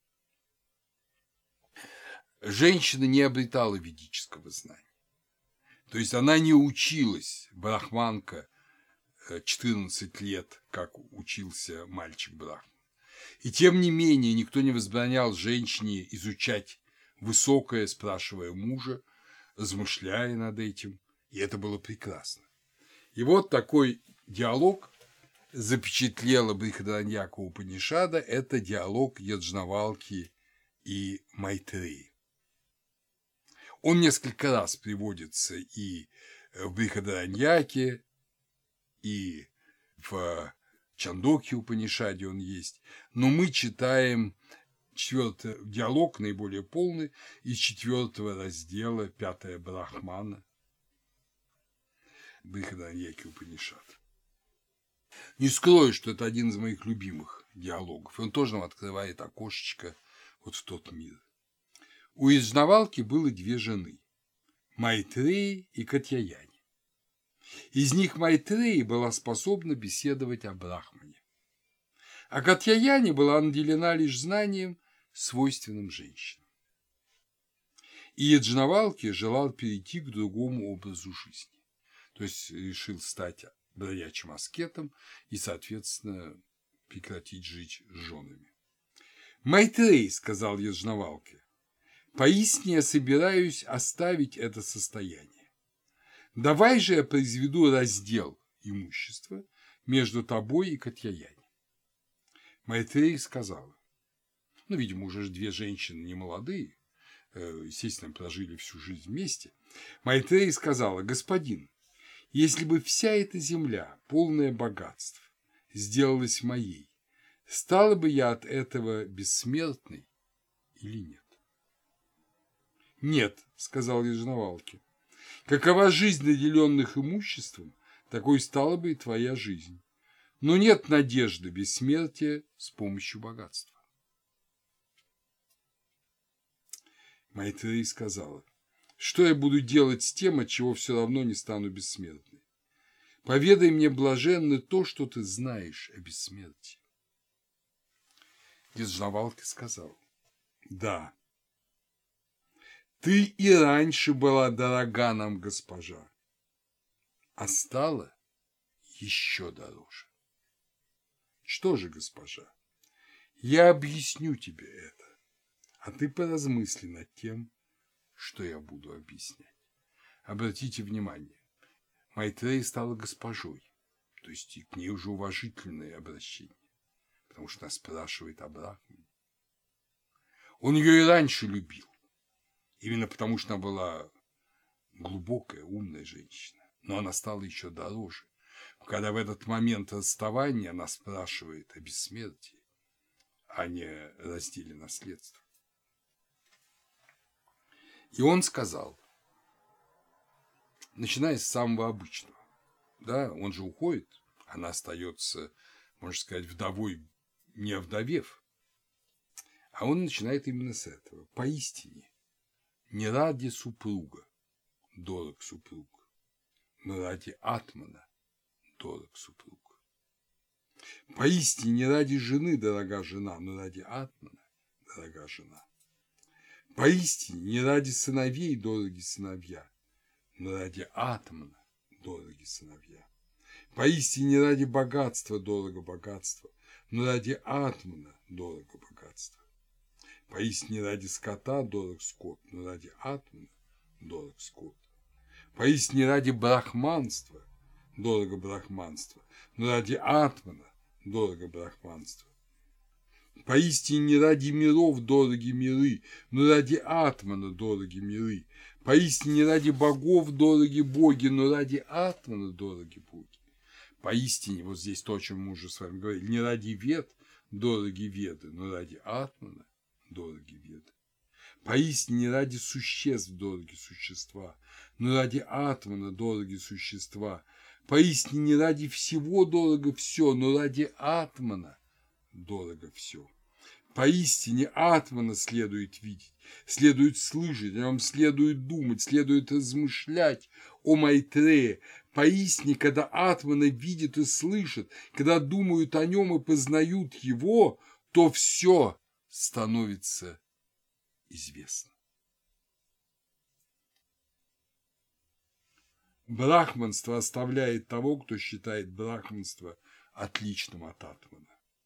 Женщина не обретала ведического знания. То есть она не училась, брахманка, четырнадцать лет, как учился мальчик Брахман. И тем не менее никто не возбранял женщине изучать высокое, спрашивая мужа, размышляя над этим, и это было прекрасно. И вот такой диалог запечатлела Брихадарanyака Упанишада, это диалог Яджнавалки и Майтреи. Он несколько раз приводится и в Брихадараньяке, и в Чандохе Упанишаде он есть, но мы читаем четвертый диалог, наиболее полный, из четвертого раздела, пятая Брахмана, Брихадарanyаке Упанишад. Не скрою, что это один из моих любимых диалогов, и он тоже нам открывает окошечко вот в тот мир. У Яджнавалки было две жены – Майтреи и Катьяяни. Из них Майтреи была способна беседовать о Брахмане, а Катьяяни была наделена лишь знанием свойственным женщинам. И Яджнавалки желал перейти к другому образу жизни. То есть решил стать бродячим аскетом и, соответственно, прекратить жить с женами. «Майтрея, — сказал Яджнавалке, — поистине я собираюсь оставить это состояние. Давай же я произведу раздел имущества между тобой и Катьяяни». Майтрея сказала, ну, видимо, уже две женщины не молодые, естественно, прожили всю жизнь вместе. Майтрея сказала: господин, если бы вся эта земля, полная богатств, сделалась моей, стала бы я от этого бессмертной или нет? Нет, сказал Яджнавалки. Какова жизнь наделенных имуществом, такой стала бы и твоя жизнь. Но нет надежды бессмертия с помощью богатства. Майтрея сказала: что я буду делать с тем, от чего все равно не стану бессмертной? Поведай мне, блаженный, то, что ты знаешь о бессмертии. Яджнавалки сказал: да, ты и раньше была дорога нам, госпожа, а стала еще дороже. Что же, госпожа, я объясню тебе это, а ты поразмысли над тем, что я буду объяснять. Обратите внимание, Майтрея стала госпожой, то есть и к ней уже уважительное обращение, потому что она спрашивает о Брахмане. Он ее и раньше любил, именно потому что она была глубокая, умная женщина, но она стала еще дороже, когда в этот момент расставания она спрашивает о бессмертии, а не разделе наследства. И он сказал, начиная с самого обычного, да, он же уходит, она остается, можно сказать, вдовой, не овдовев, а он начинает именно с этого. Поистине, не ради супруга дорог супруг, но ради атмана дорог супруг. Поистине, не ради жены дорога жена, но ради атмана дорога жена. Поистине, не ради сыновей дороги сыновья, но ради атмана дороги сыновья. Поистине, не ради богатства дорого богатство, но ради атмана дорого богатство. Поистине, ради скота дорог скот, но ради атмана дорог скот. Поистине, ради брахманства дорого брахманство, но ради атмана дорого брахманство. Поистине, не ради миров дороги миры, но ради атмана дороги миры. Поистине, не ради богов дороги боги, но ради атмана дороги боги. Поистине, вот здесь то, о чем мы уже с вами говорили, не ради вед дороги веды, но ради атмана дороги веды. Поистине, не ради существ дороги существа, но ради атмана дороги существа. Поистине, не ради всего дорого все, но ради атмана дорого все. Поистине атмана следует видеть, следует слышать, о нем следует думать, следует размышлять о Майтрея. Поистине, когда атмана видит и слышит, когда думают о нем и познают его, то все становится известно. Брахманство оставляет того, кто считает брахманство отличным от атмана.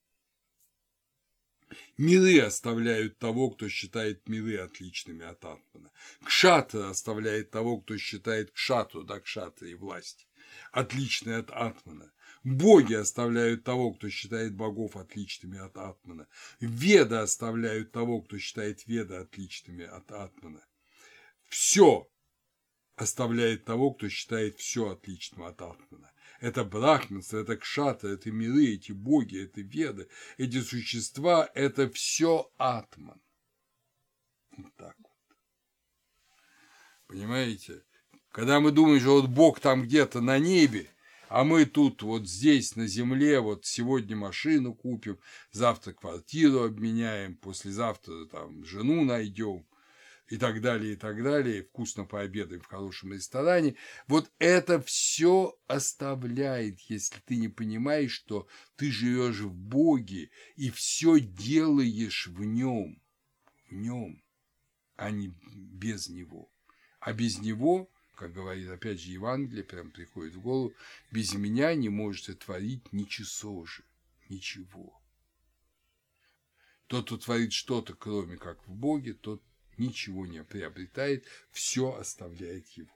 Миры оставляют того, кто считает миры отличными от атмана. Кшатра оставляет того, кто считает кшатру, да, кшатры и власть, отличные от атмана. Боги оставляют того, кто считает богов отличными от атмана. Веды оставляют того, кто считает веды отличными от атмана. Все оставляет того, кто считает все отличным от атмана. Это брахманство, это кшатра, это миры, эти боги, это веды, эти существа, это все атман. Вот так вот. Понимаете? Когда мы думаем, что вот Бог там где-то на небе, а мы тут вот здесь на земле, вот сегодня машину купим, завтра квартиру обменяем, послезавтра там жену найдем, и так далее, и так далее, вкусно пообедаем в хорошем ресторане. Вот это все оставляет, если ты не понимаешь, что ты живешь в Боге и все делаешь в Нем. в нем, а не без него. А без него, как говорит опять же Евангелие, прям приходит в голову, без меня не можете творить ничего же, ничего. Тот, кто творит что-то, кроме как в Боге, тот ничего не приобретает, все оставляет его.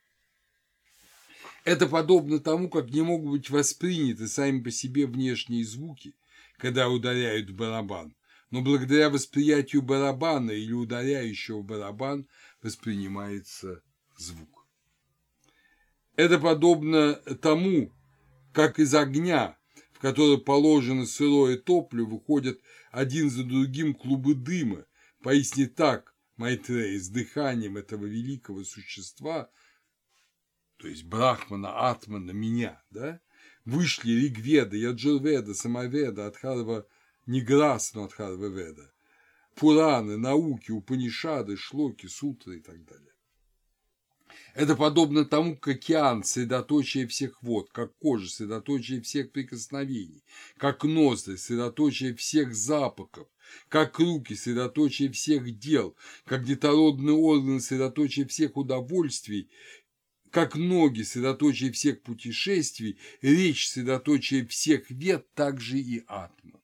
Это подобно тому, как не могут быть восприняты сами по себе внешние звуки, когда ударяют в барабан, но благодаря восприятию барабана или ударяющего в барабан воспринимается звук. Это подобно тому, как из огня, в который положено сырое топливо, выходят один за другим клубы дыма, поясни так, Майтрея, с дыханием этого великого существа, то есть Брахмана, Атмана, меня, да, вышли Ригведа, Яджурведа, Самаведа, Адхарва Ниграсну, Адхарва Веда, Пураны, науки, Упанишады, Шлоки, Сутры и так далее. Это подобно тому, как океан – средоточие всех вод, как кожа – средоточие всех прикосновений, как ноздри – средоточие всех запахов, как руки – средоточие всех дел, как детородные органы – средоточие всех удовольствий, как ноги – средоточие всех путешествий, речь – средоточие всех вед, так же и атман.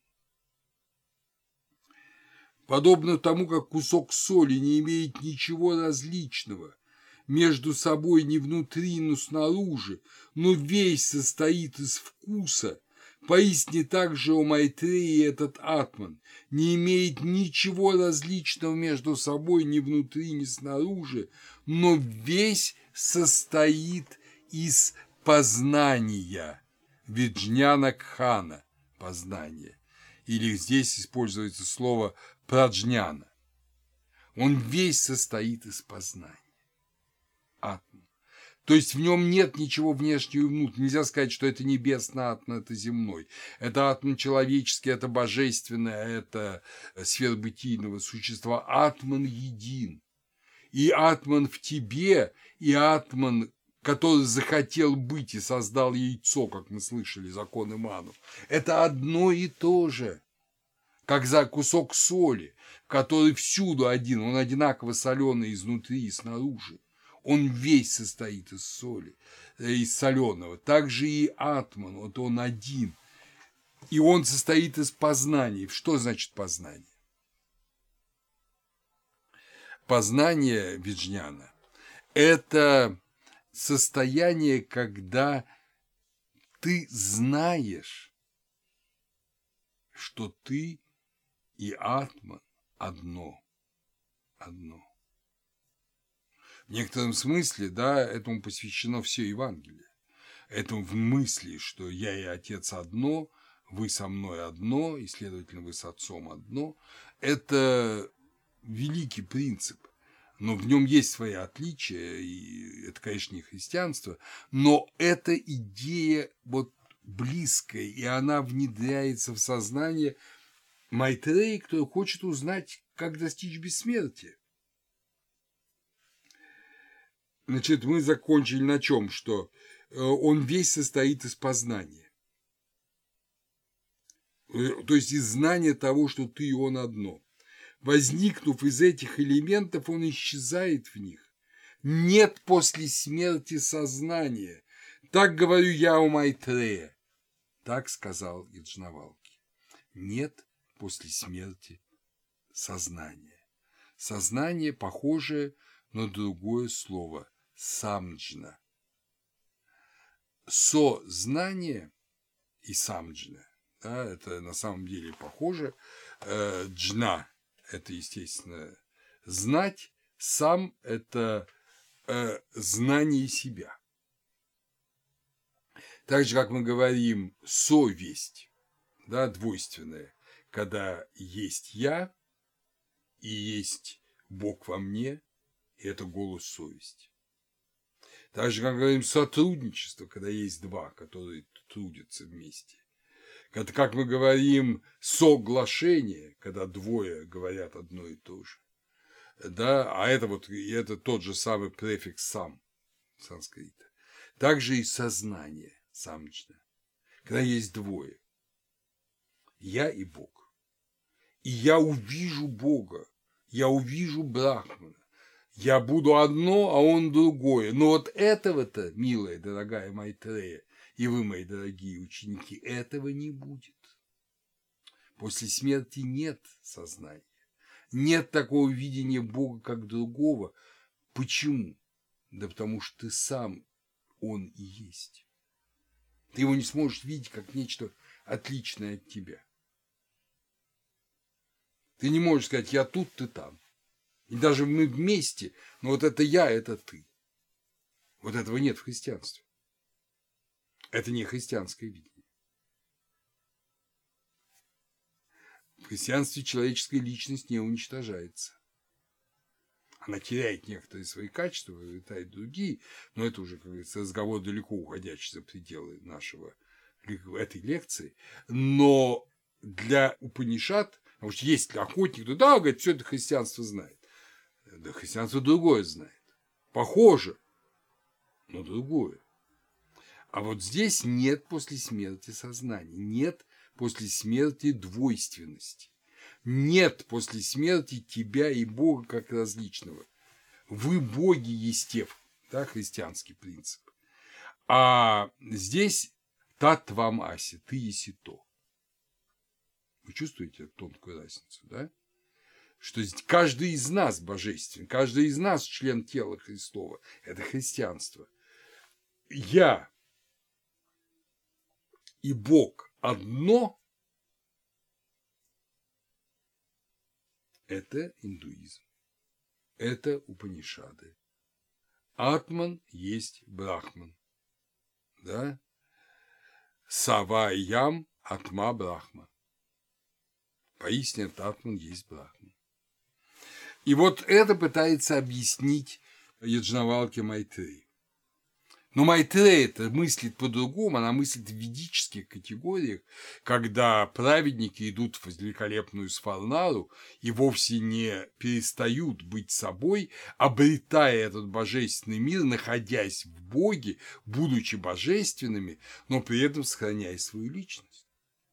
Подобно тому, как кусок соли не имеет ничего различного между собой не внутри, но снаружи, но весь состоит из вкуса, поистине также у Майтреи этот атман не имеет ничего различного между собой ни внутри, ни снаружи, но весь состоит из познания, виджняна кхана, познание, или здесь используется слово праджняна. Он весь состоит из познания. Атман. То есть в нем нет ничего внешнего и внутреннего. Нельзя сказать, что это небесный атман, это земной. Это атман человеческий, это божественное, это сверхбытийного существа. Атман един. И атман в тебе, и атман, который захотел быть и создал яйцо, как мы слышали, законы Ману, это одно и то же. Как за кусок соли, который всюду один, он одинаково соленый изнутри и снаружи. Он весь состоит из соли, из соленого. Также и атман, вот он один. И он состоит из познаний. Что значит познание? Познание виджняна – это состояние, когда ты знаешь, что ты и атман одно, одно. В некотором смысле, да, этому посвящено все Евангелие. Этому в мысли, что я и Отец одно, вы со мной одно, и, следовательно, вы с Отцом одно. Это великий принцип, но в нем есть свои отличия, и это, конечно, не христианство, но эта идея вот близкая, и она внедряется в сознание Майтреи, который хочет узнать, как достичь бессмертия. Значит, мы закончили на чем? Что он весь состоит из познания. То есть из знания того, что ты и он одно. Возникнув из этих элементов, он исчезает в них. Нет после смерти сознания. Так говорю я у Майтрея. Так сказал Яджнавалки. Нет после смерти сознания. Сознание, похожее на другое слово – самджна. Сознание и самджна, да, это на самом деле похоже. Джна – это, естественно, знать, сам – это э, знание себя. Так же, как мы говорим, совесть, да, двойственная, когда есть я и есть Бог во мне, и это голос совести. Так же, как говорим, сотрудничество, когда есть два, которые трудятся вместе. Это, как мы говорим, соглашение, когда двое говорят одно и то же. Да, а это вот это тот же самый префикс «сам» санскрита. Также и сознание, самджна, когда есть двое. Я и Бог. И я увижу Бога Я увижу Брахмана. Я буду одно, а он другое. Но вот этого-то, милая, дорогая Майтрея, и вы, мои дорогие ученики, этого не будет. После смерти нет сознания. Нет такого видения Бога, как другого. Почему? Да потому что ты сам, он и есть. Ты его не сможешь видеть как нечто отличное от тебя. Ты не можешь сказать, я тут, ты там. И даже мы вместе, но вот это я, это ты. Вот этого нет в христианстве. Это не христианское видение. В христианстве человеческая личность не уничтожается. Она теряет некоторые свои качества, вылетает другие, но это уже, как говорится, разговор далеко уходящий за пределы нашего, этой лекции. Но для Упанишад, потому что есть охотник, то да, говорит, все это христианство знает. Да христианство другое знает. Похоже, но другое. А вот здесь нет после смерти сознания, нет после смерти двойственности. Нет после смерти тебя и Бога как различного. Вы боги естев, да, христианский принцип. А здесь тат-твам аси, ты еси то. Вы чувствуете тонкую разницу, да? Что каждый из нас божествен, каждый из нас член тела Христова. Это христианство. Я и Бог одно. Это индуизм, это Упанишады. Атман есть Брахман, да? Саваям Атма Брахма. Поистине Атман есть Брахман. И вот это пытается объяснить Яджнавалкья Майтрея. Но Майтрея-то мыслит по-другому, она мыслит в ведических категориях, когда праведники идут в великолепную Сфарнару и вовсе не перестают быть собой, обретая этот божественный мир, находясь в Боге, будучи божественными, но при этом сохраняя свою личность.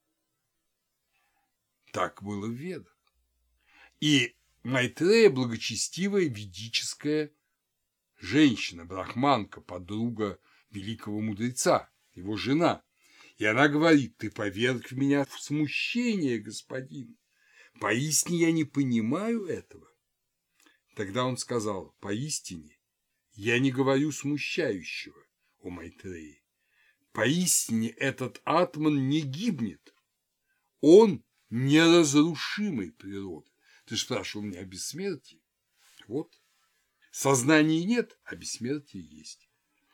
Так было в Ведах. И Майтрея – благочестивая ведическая женщина, брахманка, подруга великого мудреца, его жена. И она говорит, ты поверг меня в смущение, господин. Поистине я не понимаю этого. Тогда он сказал, поистине я не говорю смущающего, о Майтреи. Поистине этот атман не гибнет. Он неразрушимой природы. Ты же спрашивал меня о бессмертии. Вот. Сознания нет, а бессмертие есть.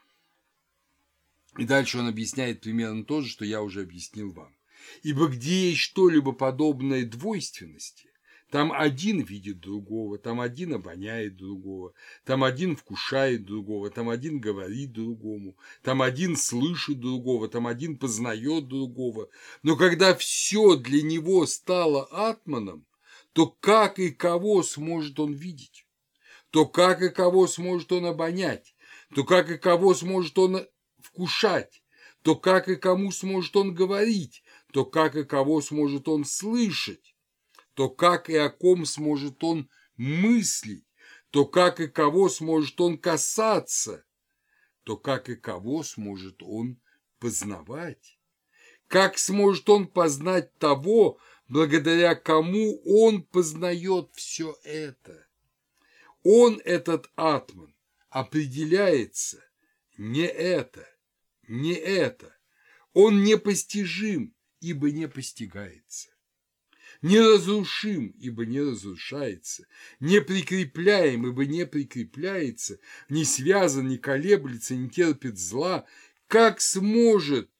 И дальше он объясняет примерно то же, что я уже объяснил вам. Ибо где есть что-либо подобное двойственности, там один видит другого, там один обоняет другого, там один вкушает другого, там один говорит другому, там один слышит другого, там один познает другого. Но когда все для него стало атманом, то как и кого сможет он видеть? То как и кого сможет он обонять, то как и кого сможет он вкушать, то как и кому сможет он говорить, то как и кого сможет он слышать, то как и о ком сможет он мыслить, то как и кого сможет он касаться, то как и кого сможет он познавать. Как сможет он познать того, благодаря кому он познает все это? Он, этот атман, определяется не это, не это. Он непостижим, ибо не постигается. Неразрушим, ибо не разрушается. Не прикрепляем, ибо не прикрепляется. Не связан, не колеблется, не терпит зла. Как сможет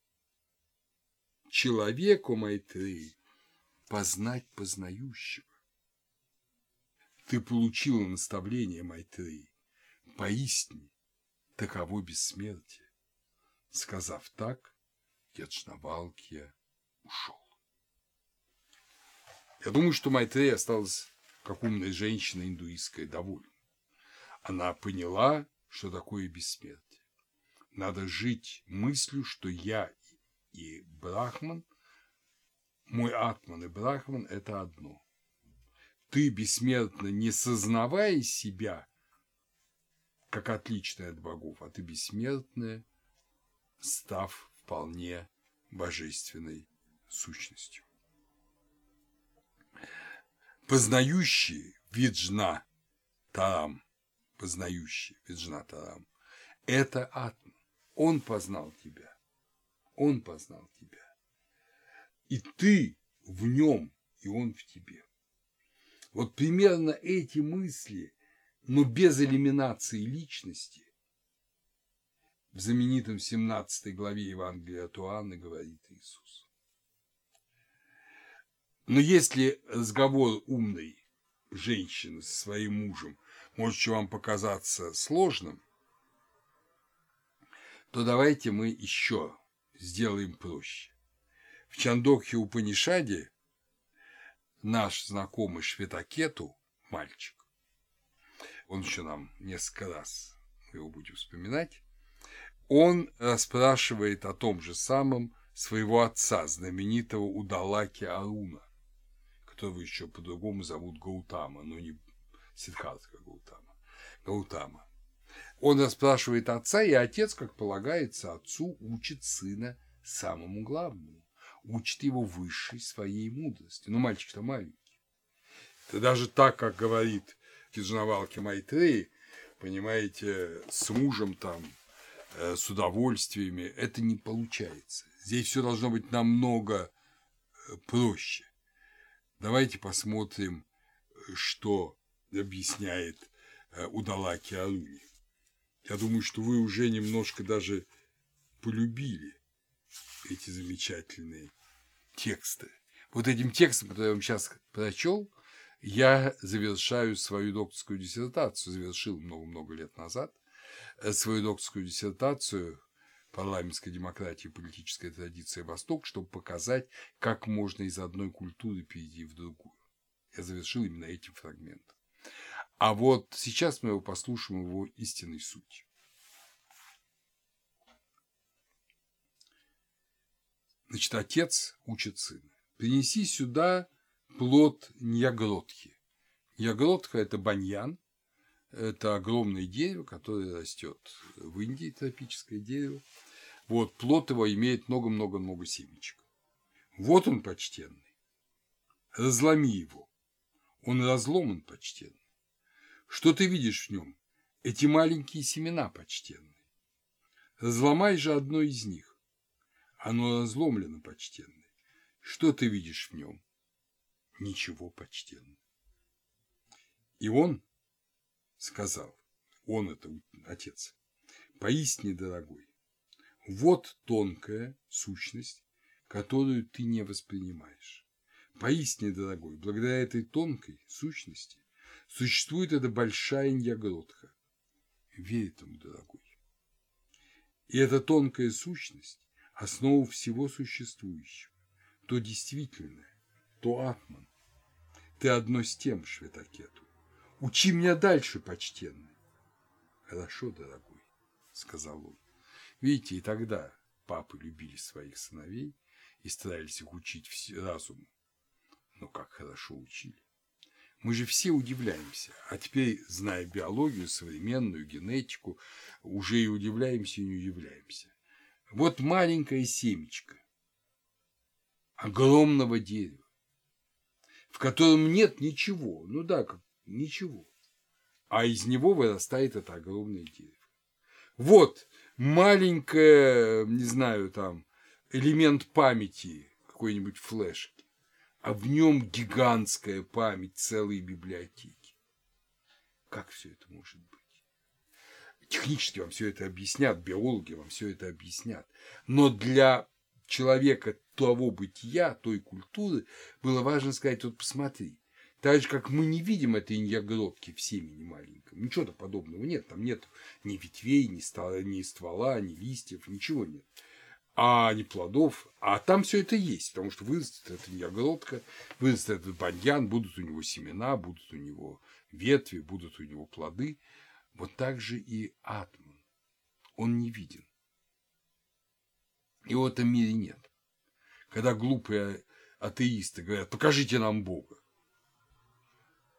человеку, Майтреи, познать познающего? Ты получила наставление, Майтреи, поистине таково бессмертие. Сказав так, Яджнавалкья ушел. Я думаю, что Майтрея осталась, как умная женщина индуистская, довольна. Она поняла, что такое бессмертие. Надо жить мыслью, что я и Брахман, мой атман и Брахман – это одно. ты бессмертна, не сознавая себя как отличная от богов, а ты бессмертная, став вполне божественной сущностью. Познающий виджна тарам, познающий виджна тарам, это атман. Он познал тебя. Он познал тебя. И ты в нем, и он в тебе. Вот примерно эти мысли, но без элиминации личности, в знаменитом семнадцатой главе Евангелия от Иоанна говорит Иисус. Но если разговор умной женщины со своим мужем может вам показаться сложным, то давайте мы еще сделаем проще. В Чандокхе Упанишаде наш знакомый Шветакету, мальчик, он еще нам несколько раз, мы его будем вспоминать, он расспрашивает о том же самом своего отца, знаменитого Удалаки Аруна, которого еще по-другому зовут Гаутама, но не Сиддхартха Гаутама. Гаутама. Он расспрашивает отца, и отец, как полагается отцу, учит сына самому главному, учит его высшей своей мудрости. Ну, мальчик-то маленький. Это даже так, как говорит Яджнавалки Майтреи, понимаете, с мужем там, э, с удовольствиями, это не получается. Здесь все должно быть намного проще. Давайте посмотрим, что объясняет э, Удалаки Аруни. Я думаю, что вы уже немножко даже полюбили эти замечательные тексты. Вот этим текстом, который я вам сейчас прочел, я завершаю свою докторскую диссертацию, завершил много-много лет назад свою докторскую диссертацию «Парламентская демократия и политическая традиция Восток», чтобы показать, как можно из одной культуры перейти в другую. Я завершил именно этим фрагментом. А вот сейчас мы его послушаем, его истинной сути. Значит, отец учит сына. Принеси сюда плод ньягротхи. Ньягротха – это баньян, это огромное дерево, которое растет в Индии, тропическое дерево. Вот, плод его имеет много-много-много семечек. Вот он, почтенный. Разломи его. Он разломан, почтенный. Что ты видишь в нем? Эти маленькие семена, почтенные. Разломай же одно из них. Оно разломлено, почтенный. Что ты видишь в нем? Ничего, почтенный. И он сказал, он это отец, поистине дорогой, вот тонкая сущность, которую ты не воспринимаешь. Поистине дорогой, благодаря этой тонкой сущности существует эта большая ньягротха. Верь этому, дорогой. И эта тонкая сущность – основа всего существующего. То действительное, то атман. Ты одно с тем, Шветакету. Учи меня дальше, почтенный. Хорошо, дорогой, сказал он. Видите, и тогда папы любили своих сыновей и старались их учить разуму. Но как хорошо учили. Мы же все удивляемся, а теперь, зная биологию, современную генетику, уже и удивляемся, и не удивляемся. Вот маленькое семечко огромного дерева, в котором нет ничего, ну да, как ничего, а из него вырастает это огромное дерево. Вот маленькое, не знаю, там, элемент памяти какой-нибудь флешки, а в нем гигантская память целой библиотеки. Как все это может быть? Технически вам все это объяснят, биологи вам все это объяснят. Но для человека того бытия, той культуры, было важно сказать, вот посмотри, так же, как мы не видим этой ньягротки в семени маленьком, ничего подобного нет, там нет ни ветвей, ни ствола, ни, ствола, ни листьев, ничего нет. А не плодов, а там все это есть, потому что вырастет эта ньягротка, вырастет этот баньян, будут у него семена, будут у него ветви, будут у него плоды. Вот так же и атман, он не виден. Его в этом мире нет. Когда глупые атеисты говорят, покажите нам Бога.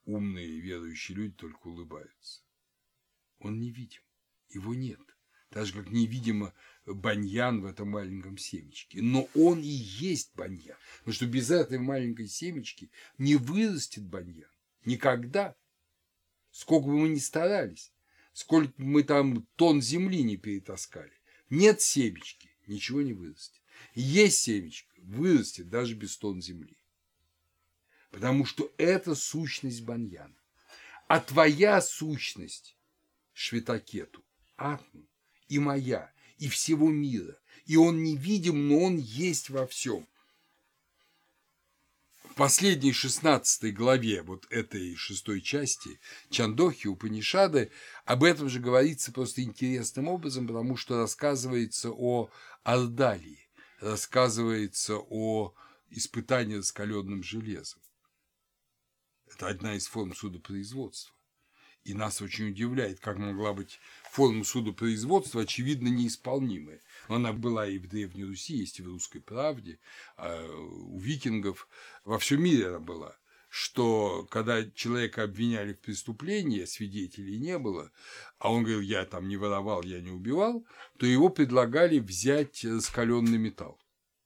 умные верующие люди только улыбаются. Он невидим, его нет. Так же, как невидимо баньян в этом маленьком семечке. Но он и есть баньян. Потому что без этой маленькой семечки не вырастет баньян. Никогда. Сколько бы мы ни старались, сколько бы мы там тонн земли не перетаскали. Нет семечки, ничего не вырастет. Есть семечко, вырастет даже без тонн земли. Потому что это сущность баньяна. А твоя сущность Шветакету, Атман, и моя, и всего мира. И он невидим, но он есть во всем. В последней шестнадцатой главе вот этой шестой части Чандохи Упанишады об этом же говорится просто интересным образом, потому что рассказывается о Ордалии, рассказывается о испытании раскаленным железом. Это одна из форм судопроизводства. И нас очень удивляет, как могла быть форма судопроизводства, очевидно, неисполнимая. Но она была и в Древней Руси, есть и в «Русской правде», у викингов, во всем мире она была, что когда человека обвиняли в преступлении, свидетелей не было, а он говорил, я там не воровал, я не убивал, то его предлагали взять раскаленный металл.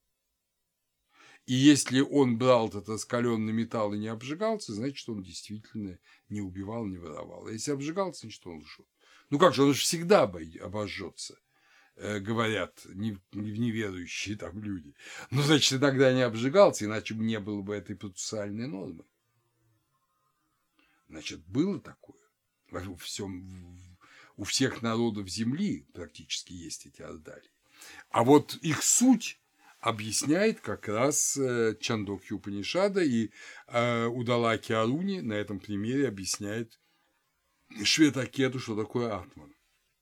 И если он брал этот раскаленный металл и не обжигался, значит, он действительно не убивал, не воровал. А если обжигался, значит, он лжет. Ну как же, он же всегда обожжется, говорят неверующие там люди. Ну, значит, тогда не обжигался, иначе бы не было бы этой процессуальной нормы. Значит, было такое. Во всем, у всех народов Земли практически есть эти ордалии. А вот их суть объясняет как раз Чандохи Упанишада, и Удалаки Аруни на этом примере объясняет Шветакету, что такое Атман.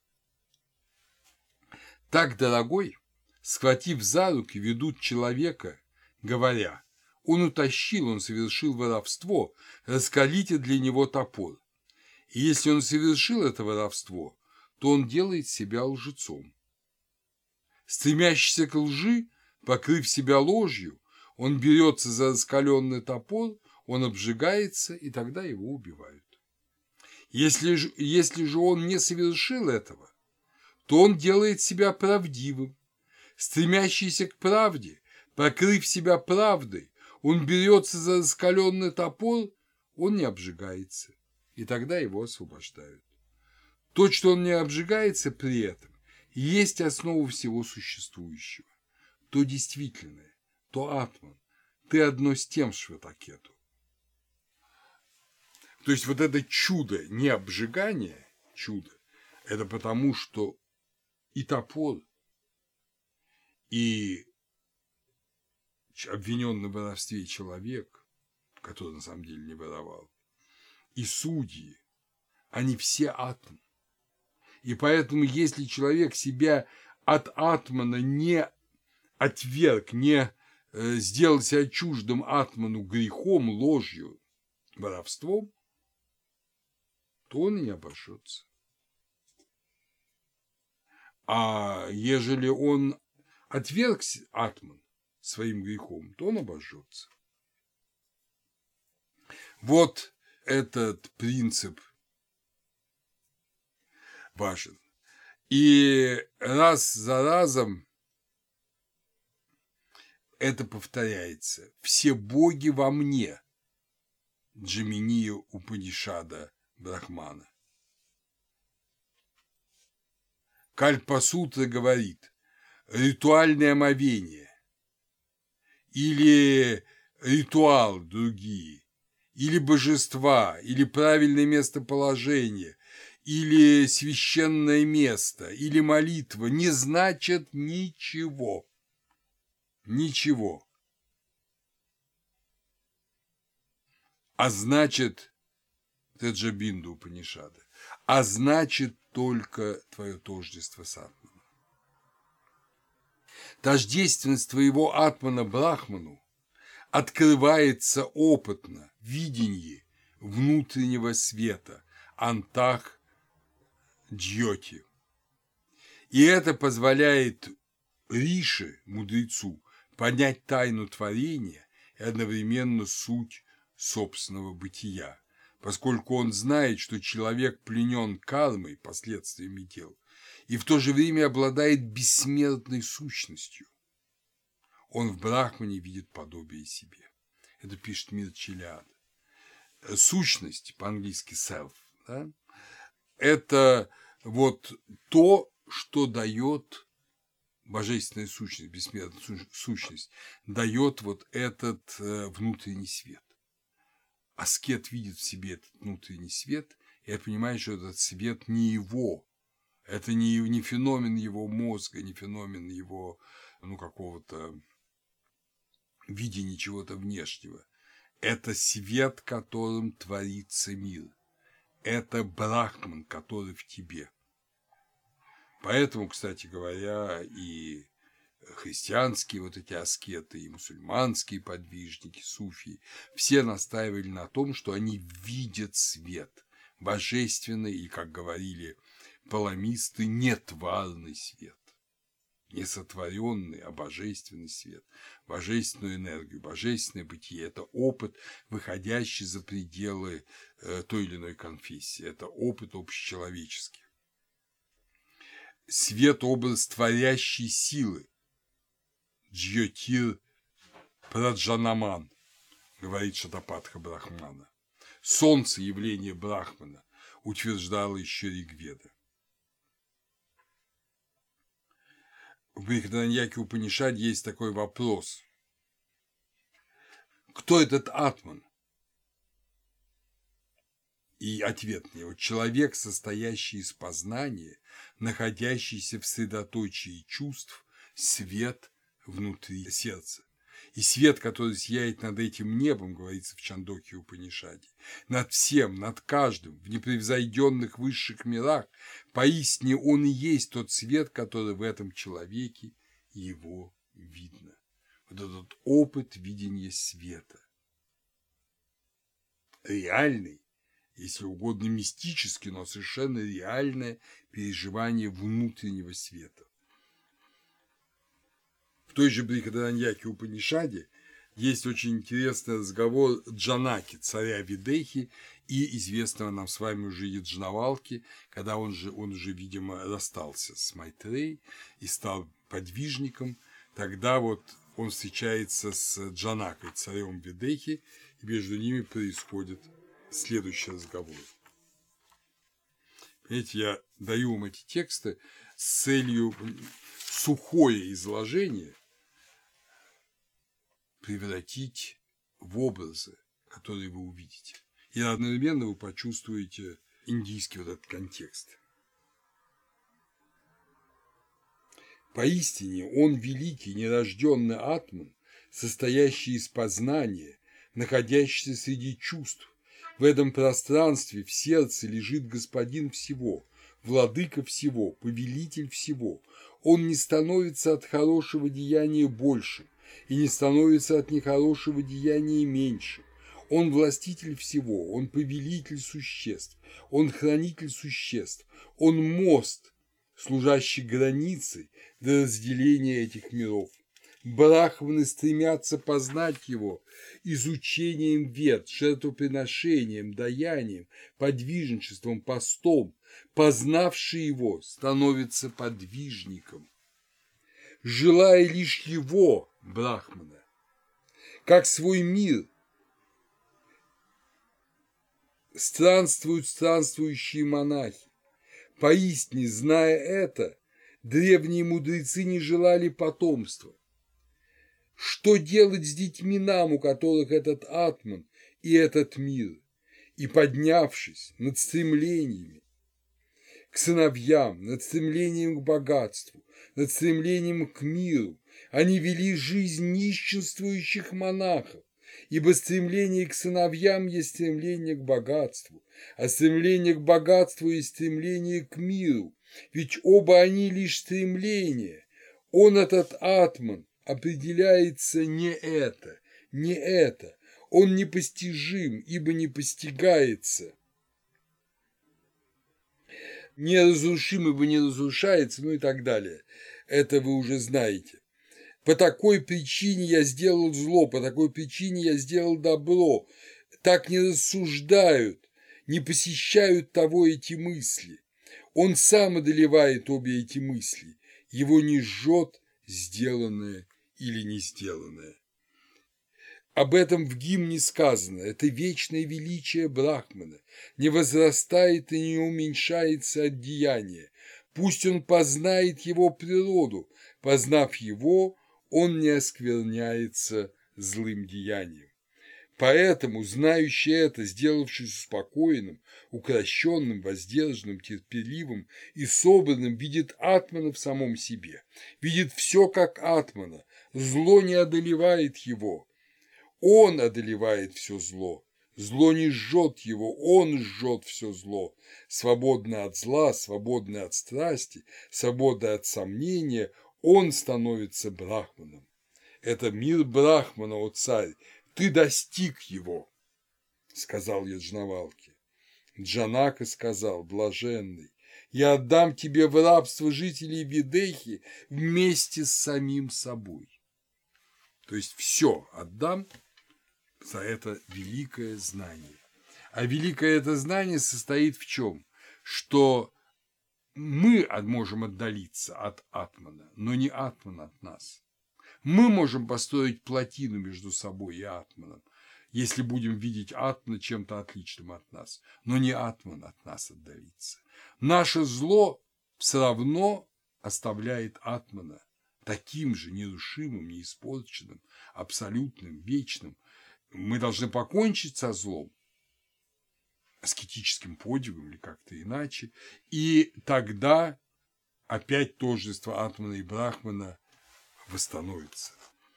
Так, дорогой, схватив за руки, ведут человека, говоря, он утащил, он совершил воровство, раскалите для него топор. И если он совершил это воровство, то он делает себя лжецом. Стремящийся к лжи, покрыв себя ложью, он берется за раскаленный топор, он обжигается, и тогда его убивают. Если же, если же он не совершил этого, то он делает себя правдивым. Стремящийся к правде, покрыв себя правдой, он берется за раскаленный топор, он не обжигается, и тогда его освобождают. То, что он не обжигается при этом, есть основа всего существующего. То действительное, то Атман. Ты одно с тем, Шветакету. То есть вот это чудо не обжигания, чудо, это потому, что и топор, и обвиненный в воровстве человек, который на самом деле не воровал, и судьи, они все атман. И поэтому, если человек себя от атмана не отверг, не сделал себя чуждым атману грехом, ложью, воровством, то он и не обошется. А ежели он отверг атман своим грехом, то он обожжется. Вот этот принцип важен. И раз за разом это повторяется. Все боги во мне. Джаминия Упанишада Брахмана. Кальпасутра говорит, ритуальное омовение или ритуал другие, или божества, или правильное местоположение, или священное место, или молитва не значат ничего. Ничего. А значит, Теджабинду Упанишада, а значит только твое тождество с Атманом. Тождественность твоего Атмана Брахману открывается опытно в видении внутреннего света, антах джьоти. И это позволяет Риши, мудрецу, понять тайну творения и одновременно суть собственного бытия, поскольку он знает, что человек пленен кармой, последствиями дел, и в то же время обладает бессмертной сущностью. Он в Брахмане видит подобие себе. Это пишет Мир Челиада. Сущность, по-английски self, да, это вот то, что дает божественная сущность, бессмертная сущность, дает вот этот э, внутренний свет. Аскет видит в себе этот внутренний свет, и понимает, что этот свет не его, это не, не феномен его мозга, не феномен его, ну, какого-то видения чего-то внешнего. Это свет, которым творится мир. Это Брахман, который в тебе. Поэтому, кстати говоря, и христианские вот эти аскеты, и мусульманские подвижники, суфии, все настаивали на том, что они видят свет, божественный и, как говорили паламисты, нетварный свет, не сотворенный, а божественный свет, божественную энергию, божественное бытие. Это опыт, выходящий за пределы э, той или иной конфессии, это опыт общечеловеческий. Свет – образ творящей силы. Джьотир Праджанаман, говорит Шатапатха Брахмана. Солнце – явление Брахмана, утверждала еще Ригведа. В Брихадараньяке Упанишаде есть такой вопрос. Кто этот Атман? И ответ на него: человек, состоящий из познания, находящийся в средоточии чувств, свет внутри сердца. И свет, который сияет над этим небом, говорится в Чандокье Упанишаде, над всем, над каждым, в непревзойденных высших мирах, поистине он и есть тот свет, который в этом человеке, его видно. Вот этот опыт видения света. Реальный, если угодно мистический, но совершенно реальное переживание внутреннего света. В той же Брихадараньяке Упанишаде есть очень интересный разговор Джанаки, царя Видехи, и известного нам с вами уже Яджнавалки, когда он же, он уже, видимо, расстался с Майтрей и стал подвижником. Тогда вот он встречается с Джанакой, царем Видехи, и между ними происходит следующий разговор. Понимаете, я даю вам эти тексты с целью сухое изложение превратить в образы, которые вы увидите. И одновременно вы почувствуете индийский вот этот контекст. Поистине он великий нерожденный атман, состоящий из познания, находящийся среди чувств. В этом пространстве в сердце лежит господин всего, владыка всего, повелитель всего. Он не становится от хорошего деяния больше и не становится от нехорошего деяния меньше. Он властитель всего, он повелитель существ, он хранитель существ, он мост, служащий границей для разделения этих миров. Брахманы стремятся познать его изучением вед, жертвоприношением, даянием, подвижничеством, постом. Познавший его становится подвижником, желая лишь его, Брахмана, как свой мир. Странствуют странствующие монахи. Поистине, зная это, древние мудрецы не желали потомства. Что делать с детьми нам, у которых этот атман и этот мир? И, поднявшись над стремлениями к сыновьям, над стремлением к богатству, над стремлением к миру, они вели жизнь нищенствующих монахов, ибо стремление к сыновьям есть стремление к богатству, а стремление к богатству есть стремление к миру, ведь оба они лишь стремления. Он, этот атман, определяется не это, не это. Он непостижим, ибо не постигается. Неразрушим, ибо не разрушается, ну и так далее. Это вы уже знаете. По такой причине я сделал зло, по такой причине я сделал добро. Так не рассуждают, не посещают того эти мысли. Он сам одолевает обе эти мысли, его не жжет сделанное или не сделанное. Об этом в гимне сказано, это вечное величие Брахмана, не возрастает и не уменьшается от деяния. Пусть он познает его природу, познав его, он не оскверняется злым деянием. Поэтому, знающий это, сделавшись успокоенным, укрощенным, воздержанным, терпеливым и собранным, видит атмана в самом себе, видит все как атмана, зло не одолевает его, он одолевает все зло, зло не жжет его, он жжет все зло, свободный от зла, свободный от страсти, свободный от сомнения, он становится брахманом. Это мир брахмана, о царь, ты достиг его, сказал Яджнавалки. Джанака сказал, блаженный, я отдам тебе в рабство жителей Видехи вместе с самим собой. То есть все отдам за это великое знание. А великое это знание состоит в чем? Что мы можем отдалиться от атмана, но не атман от нас. Мы можем построить плотину между собой и атманом, если будем видеть атмана чем-то отличным от нас, но не атман от нас отдалиться. Наше зло все равно оставляет атмана таким же нерушимым, неиспорченным, абсолютным, вечным. Мы должны покончить со злом, аскетическим подвигом или как-то иначе, и тогда опять тождество атмана и брахмана восстановится.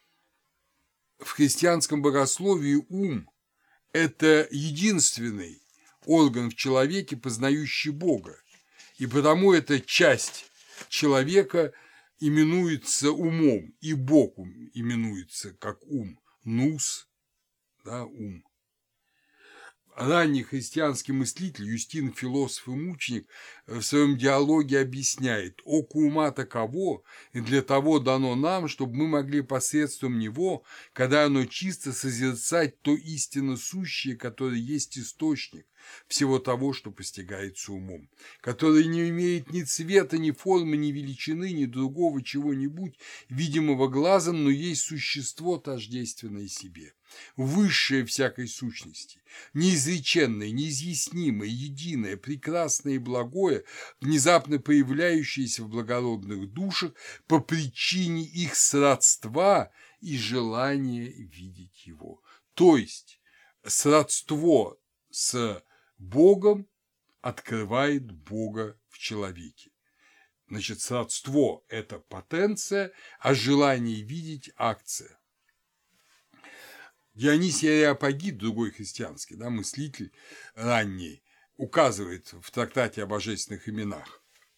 В христианском богословии ум – это единственный орган в человеке, познающий Бога, и потому эта часть человека именуется умом, и Бог именуется как ум, нус, да, ум. Ранний христианский мыслитель, Юстин, философ и мученик, в своем диалоге объясняет: «Око ума таково, и для того дано нам, чтобы мы могли посредством него, когда оно чисто, созерцать то истинно сущее, которое есть источник всего того, что постигается умом, которое не имеет ни цвета, ни формы, ни величины, ни другого чего-нибудь, видимого глазом, но есть существо, тождественное себе, высшее всякой сущности, неизреченное, неизъяснимое, единое, прекрасное и благое, внезапно появляющееся в благородных душах по причине их сродства и желания видеть его». То есть сродство с Богом открывает Бога в человеке. Значит, сродство – это потенция, а желание видеть – акция. Дионисий Ареопагит, другой христианский, да, мыслитель ранний, указывает в трактате о божественных именах: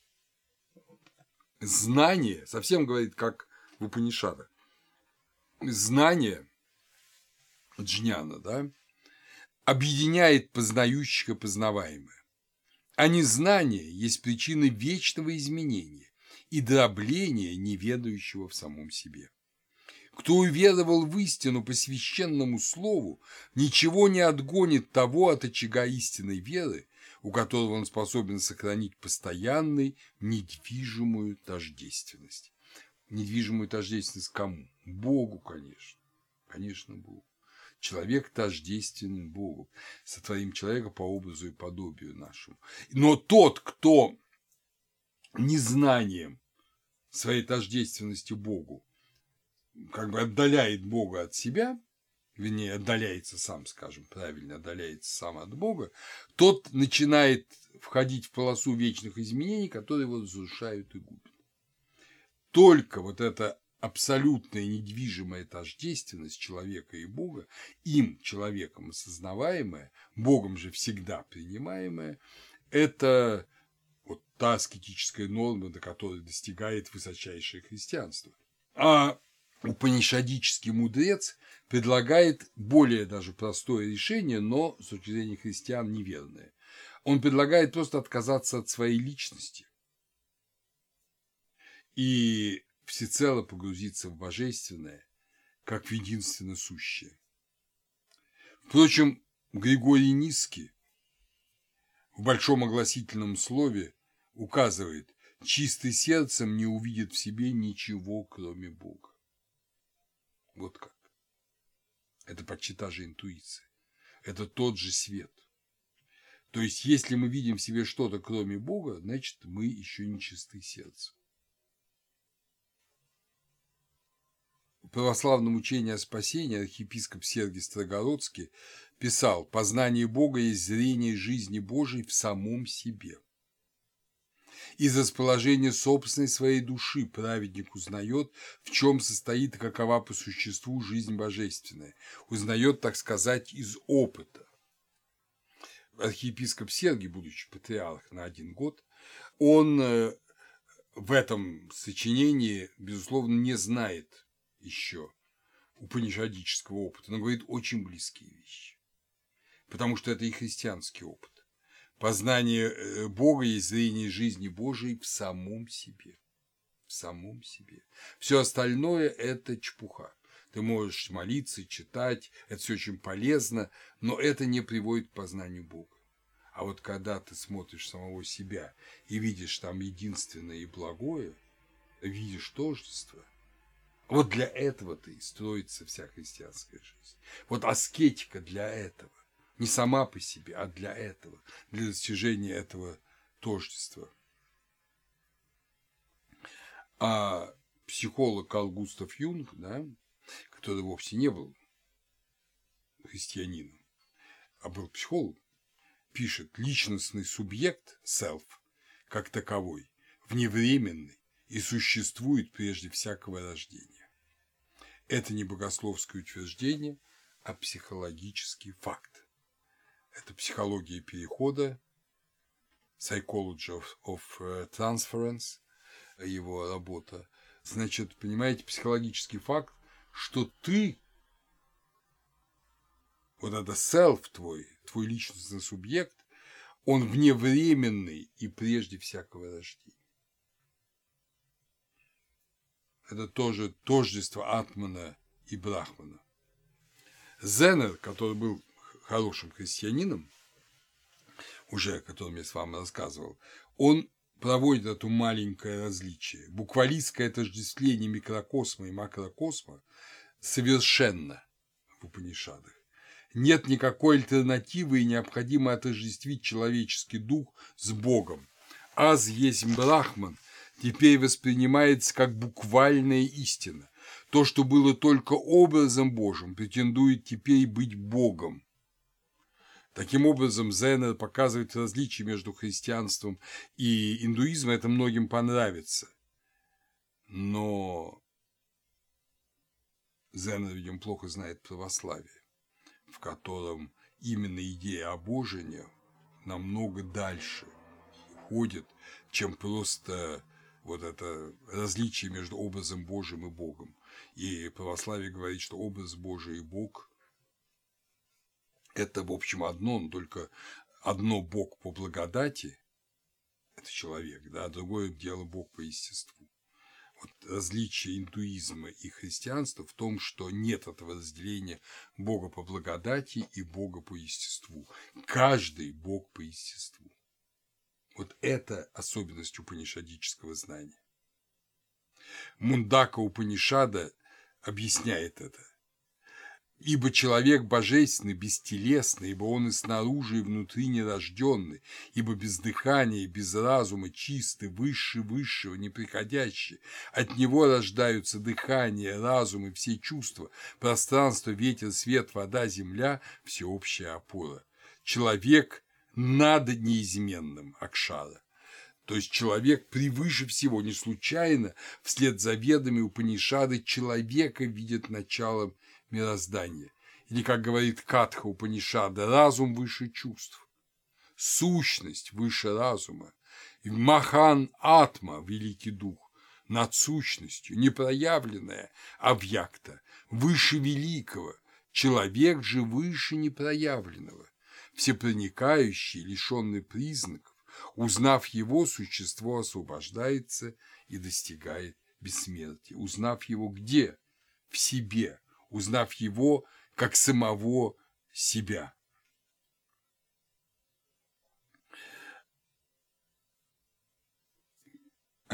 знание, совсем говорит, как в Упанишадах, знание, джняна, да, объединяет познающих и познаваемое, а незнание есть причина вечного изменения и дробления неведающего в самом себе. Кто уверовал в истину по священному слову, ничего не отгонит того от очага истинной веры, у которого он способен сохранить постоянной недвижимую тождественность. Недвижимую тождественность кому? Богу, конечно. Конечно, Богу. Человек тождественен Богу. Сотворим человека по образу и подобию нашему. Но тот, кто незнанием своей тождественности Богу как бы отдаляет Бога от себя, вернее, отдаляется сам, скажем правильно, отдаляется сам от Бога, тот начинает входить в полосу вечных изменений, которые его разрушают и губят. Только вот эта абсолютная недвижимая тождественность человека и Бога, им, человеком, осознаваемая, Богом же всегда принимаемая, это вот та аскетическая норма, до которой достигает высочайшее христианство. А упанишадический мудрец предлагает более даже простое решение, но с точки зрения христиан неверное. Он предлагает просто отказаться от своей личности и всецело погрузиться в божественное, как в единственно сущее. Впрочем, Григорий Низкий в большом огласительном слове указывает: чистый сердцем не увидит в себе ничего, кроме Бога. Вот как. Это почти та же интуиция. Это тот же свет. То есть, если мы видим в себе что-то, кроме Бога, значит, мы еще не чисты сердцем. В православном учении о спасении архиепископ Сергий Строгородский писал: «Познание Бога есть зрение жизни Божией в самом себе. Из расположения собственной своей души праведник узнает, в чем состоит и какова по существу жизнь божественная, узнает, так сказать, из опыта». Архиепископ Сергий, будучи патриарх на один год, он в этом сочинении, безусловно, не знает еще упанишадического опыта, но говорит очень близкие вещи, потому что это и христианский опыт. Познание Бога есть зрение жизни Божией в самом себе. В самом себе. Все остальное – это чепуха. Ты можешь молиться, читать, это все очень полезно, но это не приводит к познанию Бога. А вот когда ты смотришь самого себя и видишь там единственное и благое, видишь тождество, вот для этого-то и строится вся христианская жизнь. Вот аскетика для этого. Не сама по себе, а для этого, для достижения этого тождества. А психолог Карл Густав Юнг, да, который вовсе не был христианином, а был психологом, пишет: личностный субъект, self, как таковой, вневременный и существует прежде всякого рождения. Это не богословское утверждение, а психологический факт. Это психология перехода, psychology of, of transference, его работа. Значит, понимаете, психологический факт, что ты, вот это self твой, твой личностный субъект, он вневременный и прежде всякого рождения. Это тоже тождество Атмана и Брахмана. Зенер, который был хорошим христианином, уже о котором я с вами рассказывал, он проводит это маленькое различие. Буквалистское отождествление микрокосма и макрокосма совершенно в Упанишадах. Нет никакой альтернативы и необходимо отождествить человеческий дух с Богом. Аз есть Брахман теперь воспринимается как буквальная истина. То, что было только образом Божьим, претендует теперь быть Богом. Таким образом, Зенер показывает различие между христианством и индуизмом. Это многим понравится. Но Зенер, видимо, плохо знает православие, в котором именно идея обожения намного дальше уходит, чем просто вот это различие между образом Божьим и Богом. И православие говорит, что образ Божий и Бог – это, в общем, одно, но только одно Бог по благодати – это человек, да, а другое дело Бог по естеству. Вот различие индуизма и христианства в том, что нет этого разделения Бога по благодати и Бога по естеству. Каждый Бог по естеству. Вот это особенность упанишадического знания. Мундака Упанишада объясняет это. Ибо человек божественный, бестелесный, ибо он и снаружи, и внутри нерожденный, ибо без дыхания и без разума чистый, высший высшего, неприходящий. От него рождаются дыхание, разум и все чувства, пространство, ветер, свет, вода, земля, всеобщая опора. Человек над неизменным, Акшара. То есть человек превыше всего, не случайно, вслед за ведами Упанишады человека видят началом мироздания. Или, как говорит Катха Упанишада, разум выше чувств, сущность выше разума, и Махан Атма, великий дух, над сущностью, непроявленная авьякта, выше великого, человек же выше непроявленного, всепроникающий, лишенный признаков, узнав его, существо освобождается и достигает бессмертия. Узнав его где? В себе. Узнав его как самого себя.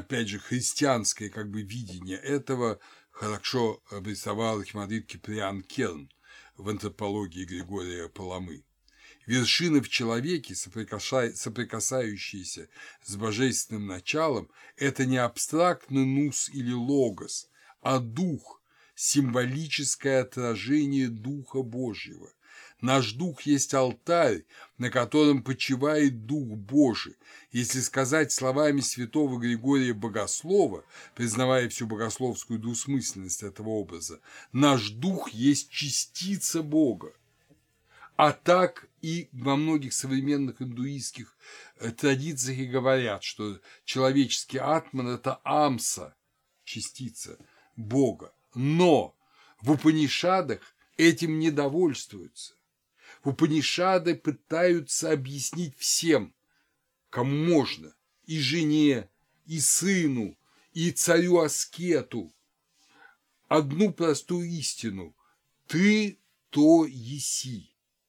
опять же, христианское как бы видение этого хорошо обрисовал Ахмадит Киприан Керн в антропологии Григория Паламы. Вершины в человеке, соприкасающиеся с божественным началом, это не абстрактный нус или логос, а дух, символическое отражение Духа Божьего. Наш дух есть алтарь, на котором почивает Дух Божий. Если сказать словами святого Григория Богослова, признавая всю богословскую двусмысленность этого образа, наш дух есть частица Бога. А так и во многих современных индуистских традициях и говорят, что человеческий атман – это амса, частица Бога. Но в Упанишадах этим не довольствуются. Упанишады пытаются объяснить всем, кому можно, и жене, и сыну, и царю-аскету, одну простую истину – ты то еси.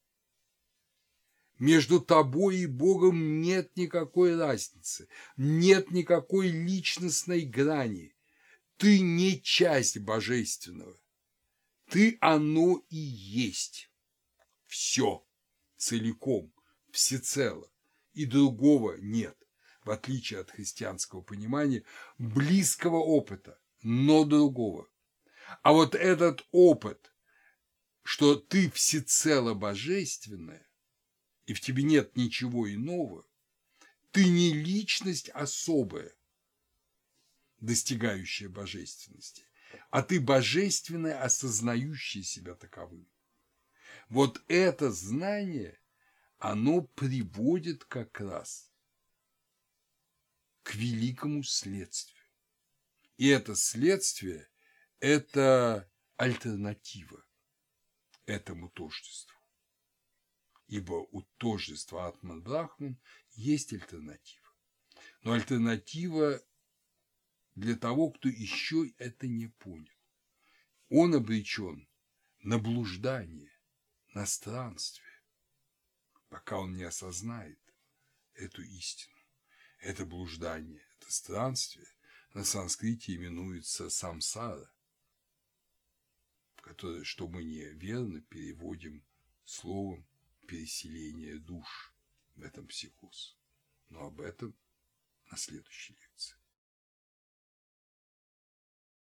Между тобой и Богом нет никакой разницы, нет никакой личностной грани. Ты не часть божественного, ты оно и есть. Все, целиком, всецело, и другого нет, в отличие от христианского понимания, близкого опыта, но другого. А вот этот опыт, что ты всецело божественное, и в тебе нет ничего иного, ты не личность особая, достигающая божественности, а ты божественное, осознающее себя таковым. Вот это знание, оно приводит как раз к великому следствию. И это следствие – это альтернатива этому тождеству. Ибо у тождества Атман-Брахман есть альтернатива. Но альтернатива для того, кто еще это не понял. Он обречен на блуждание, на странствие, пока он не осознает эту истину. Это блуждание, это странствие на санскрите именуется самсара, которое, что мы неверно переводим словом переселение душ в этом психоз. Но об этом на следующей лекции.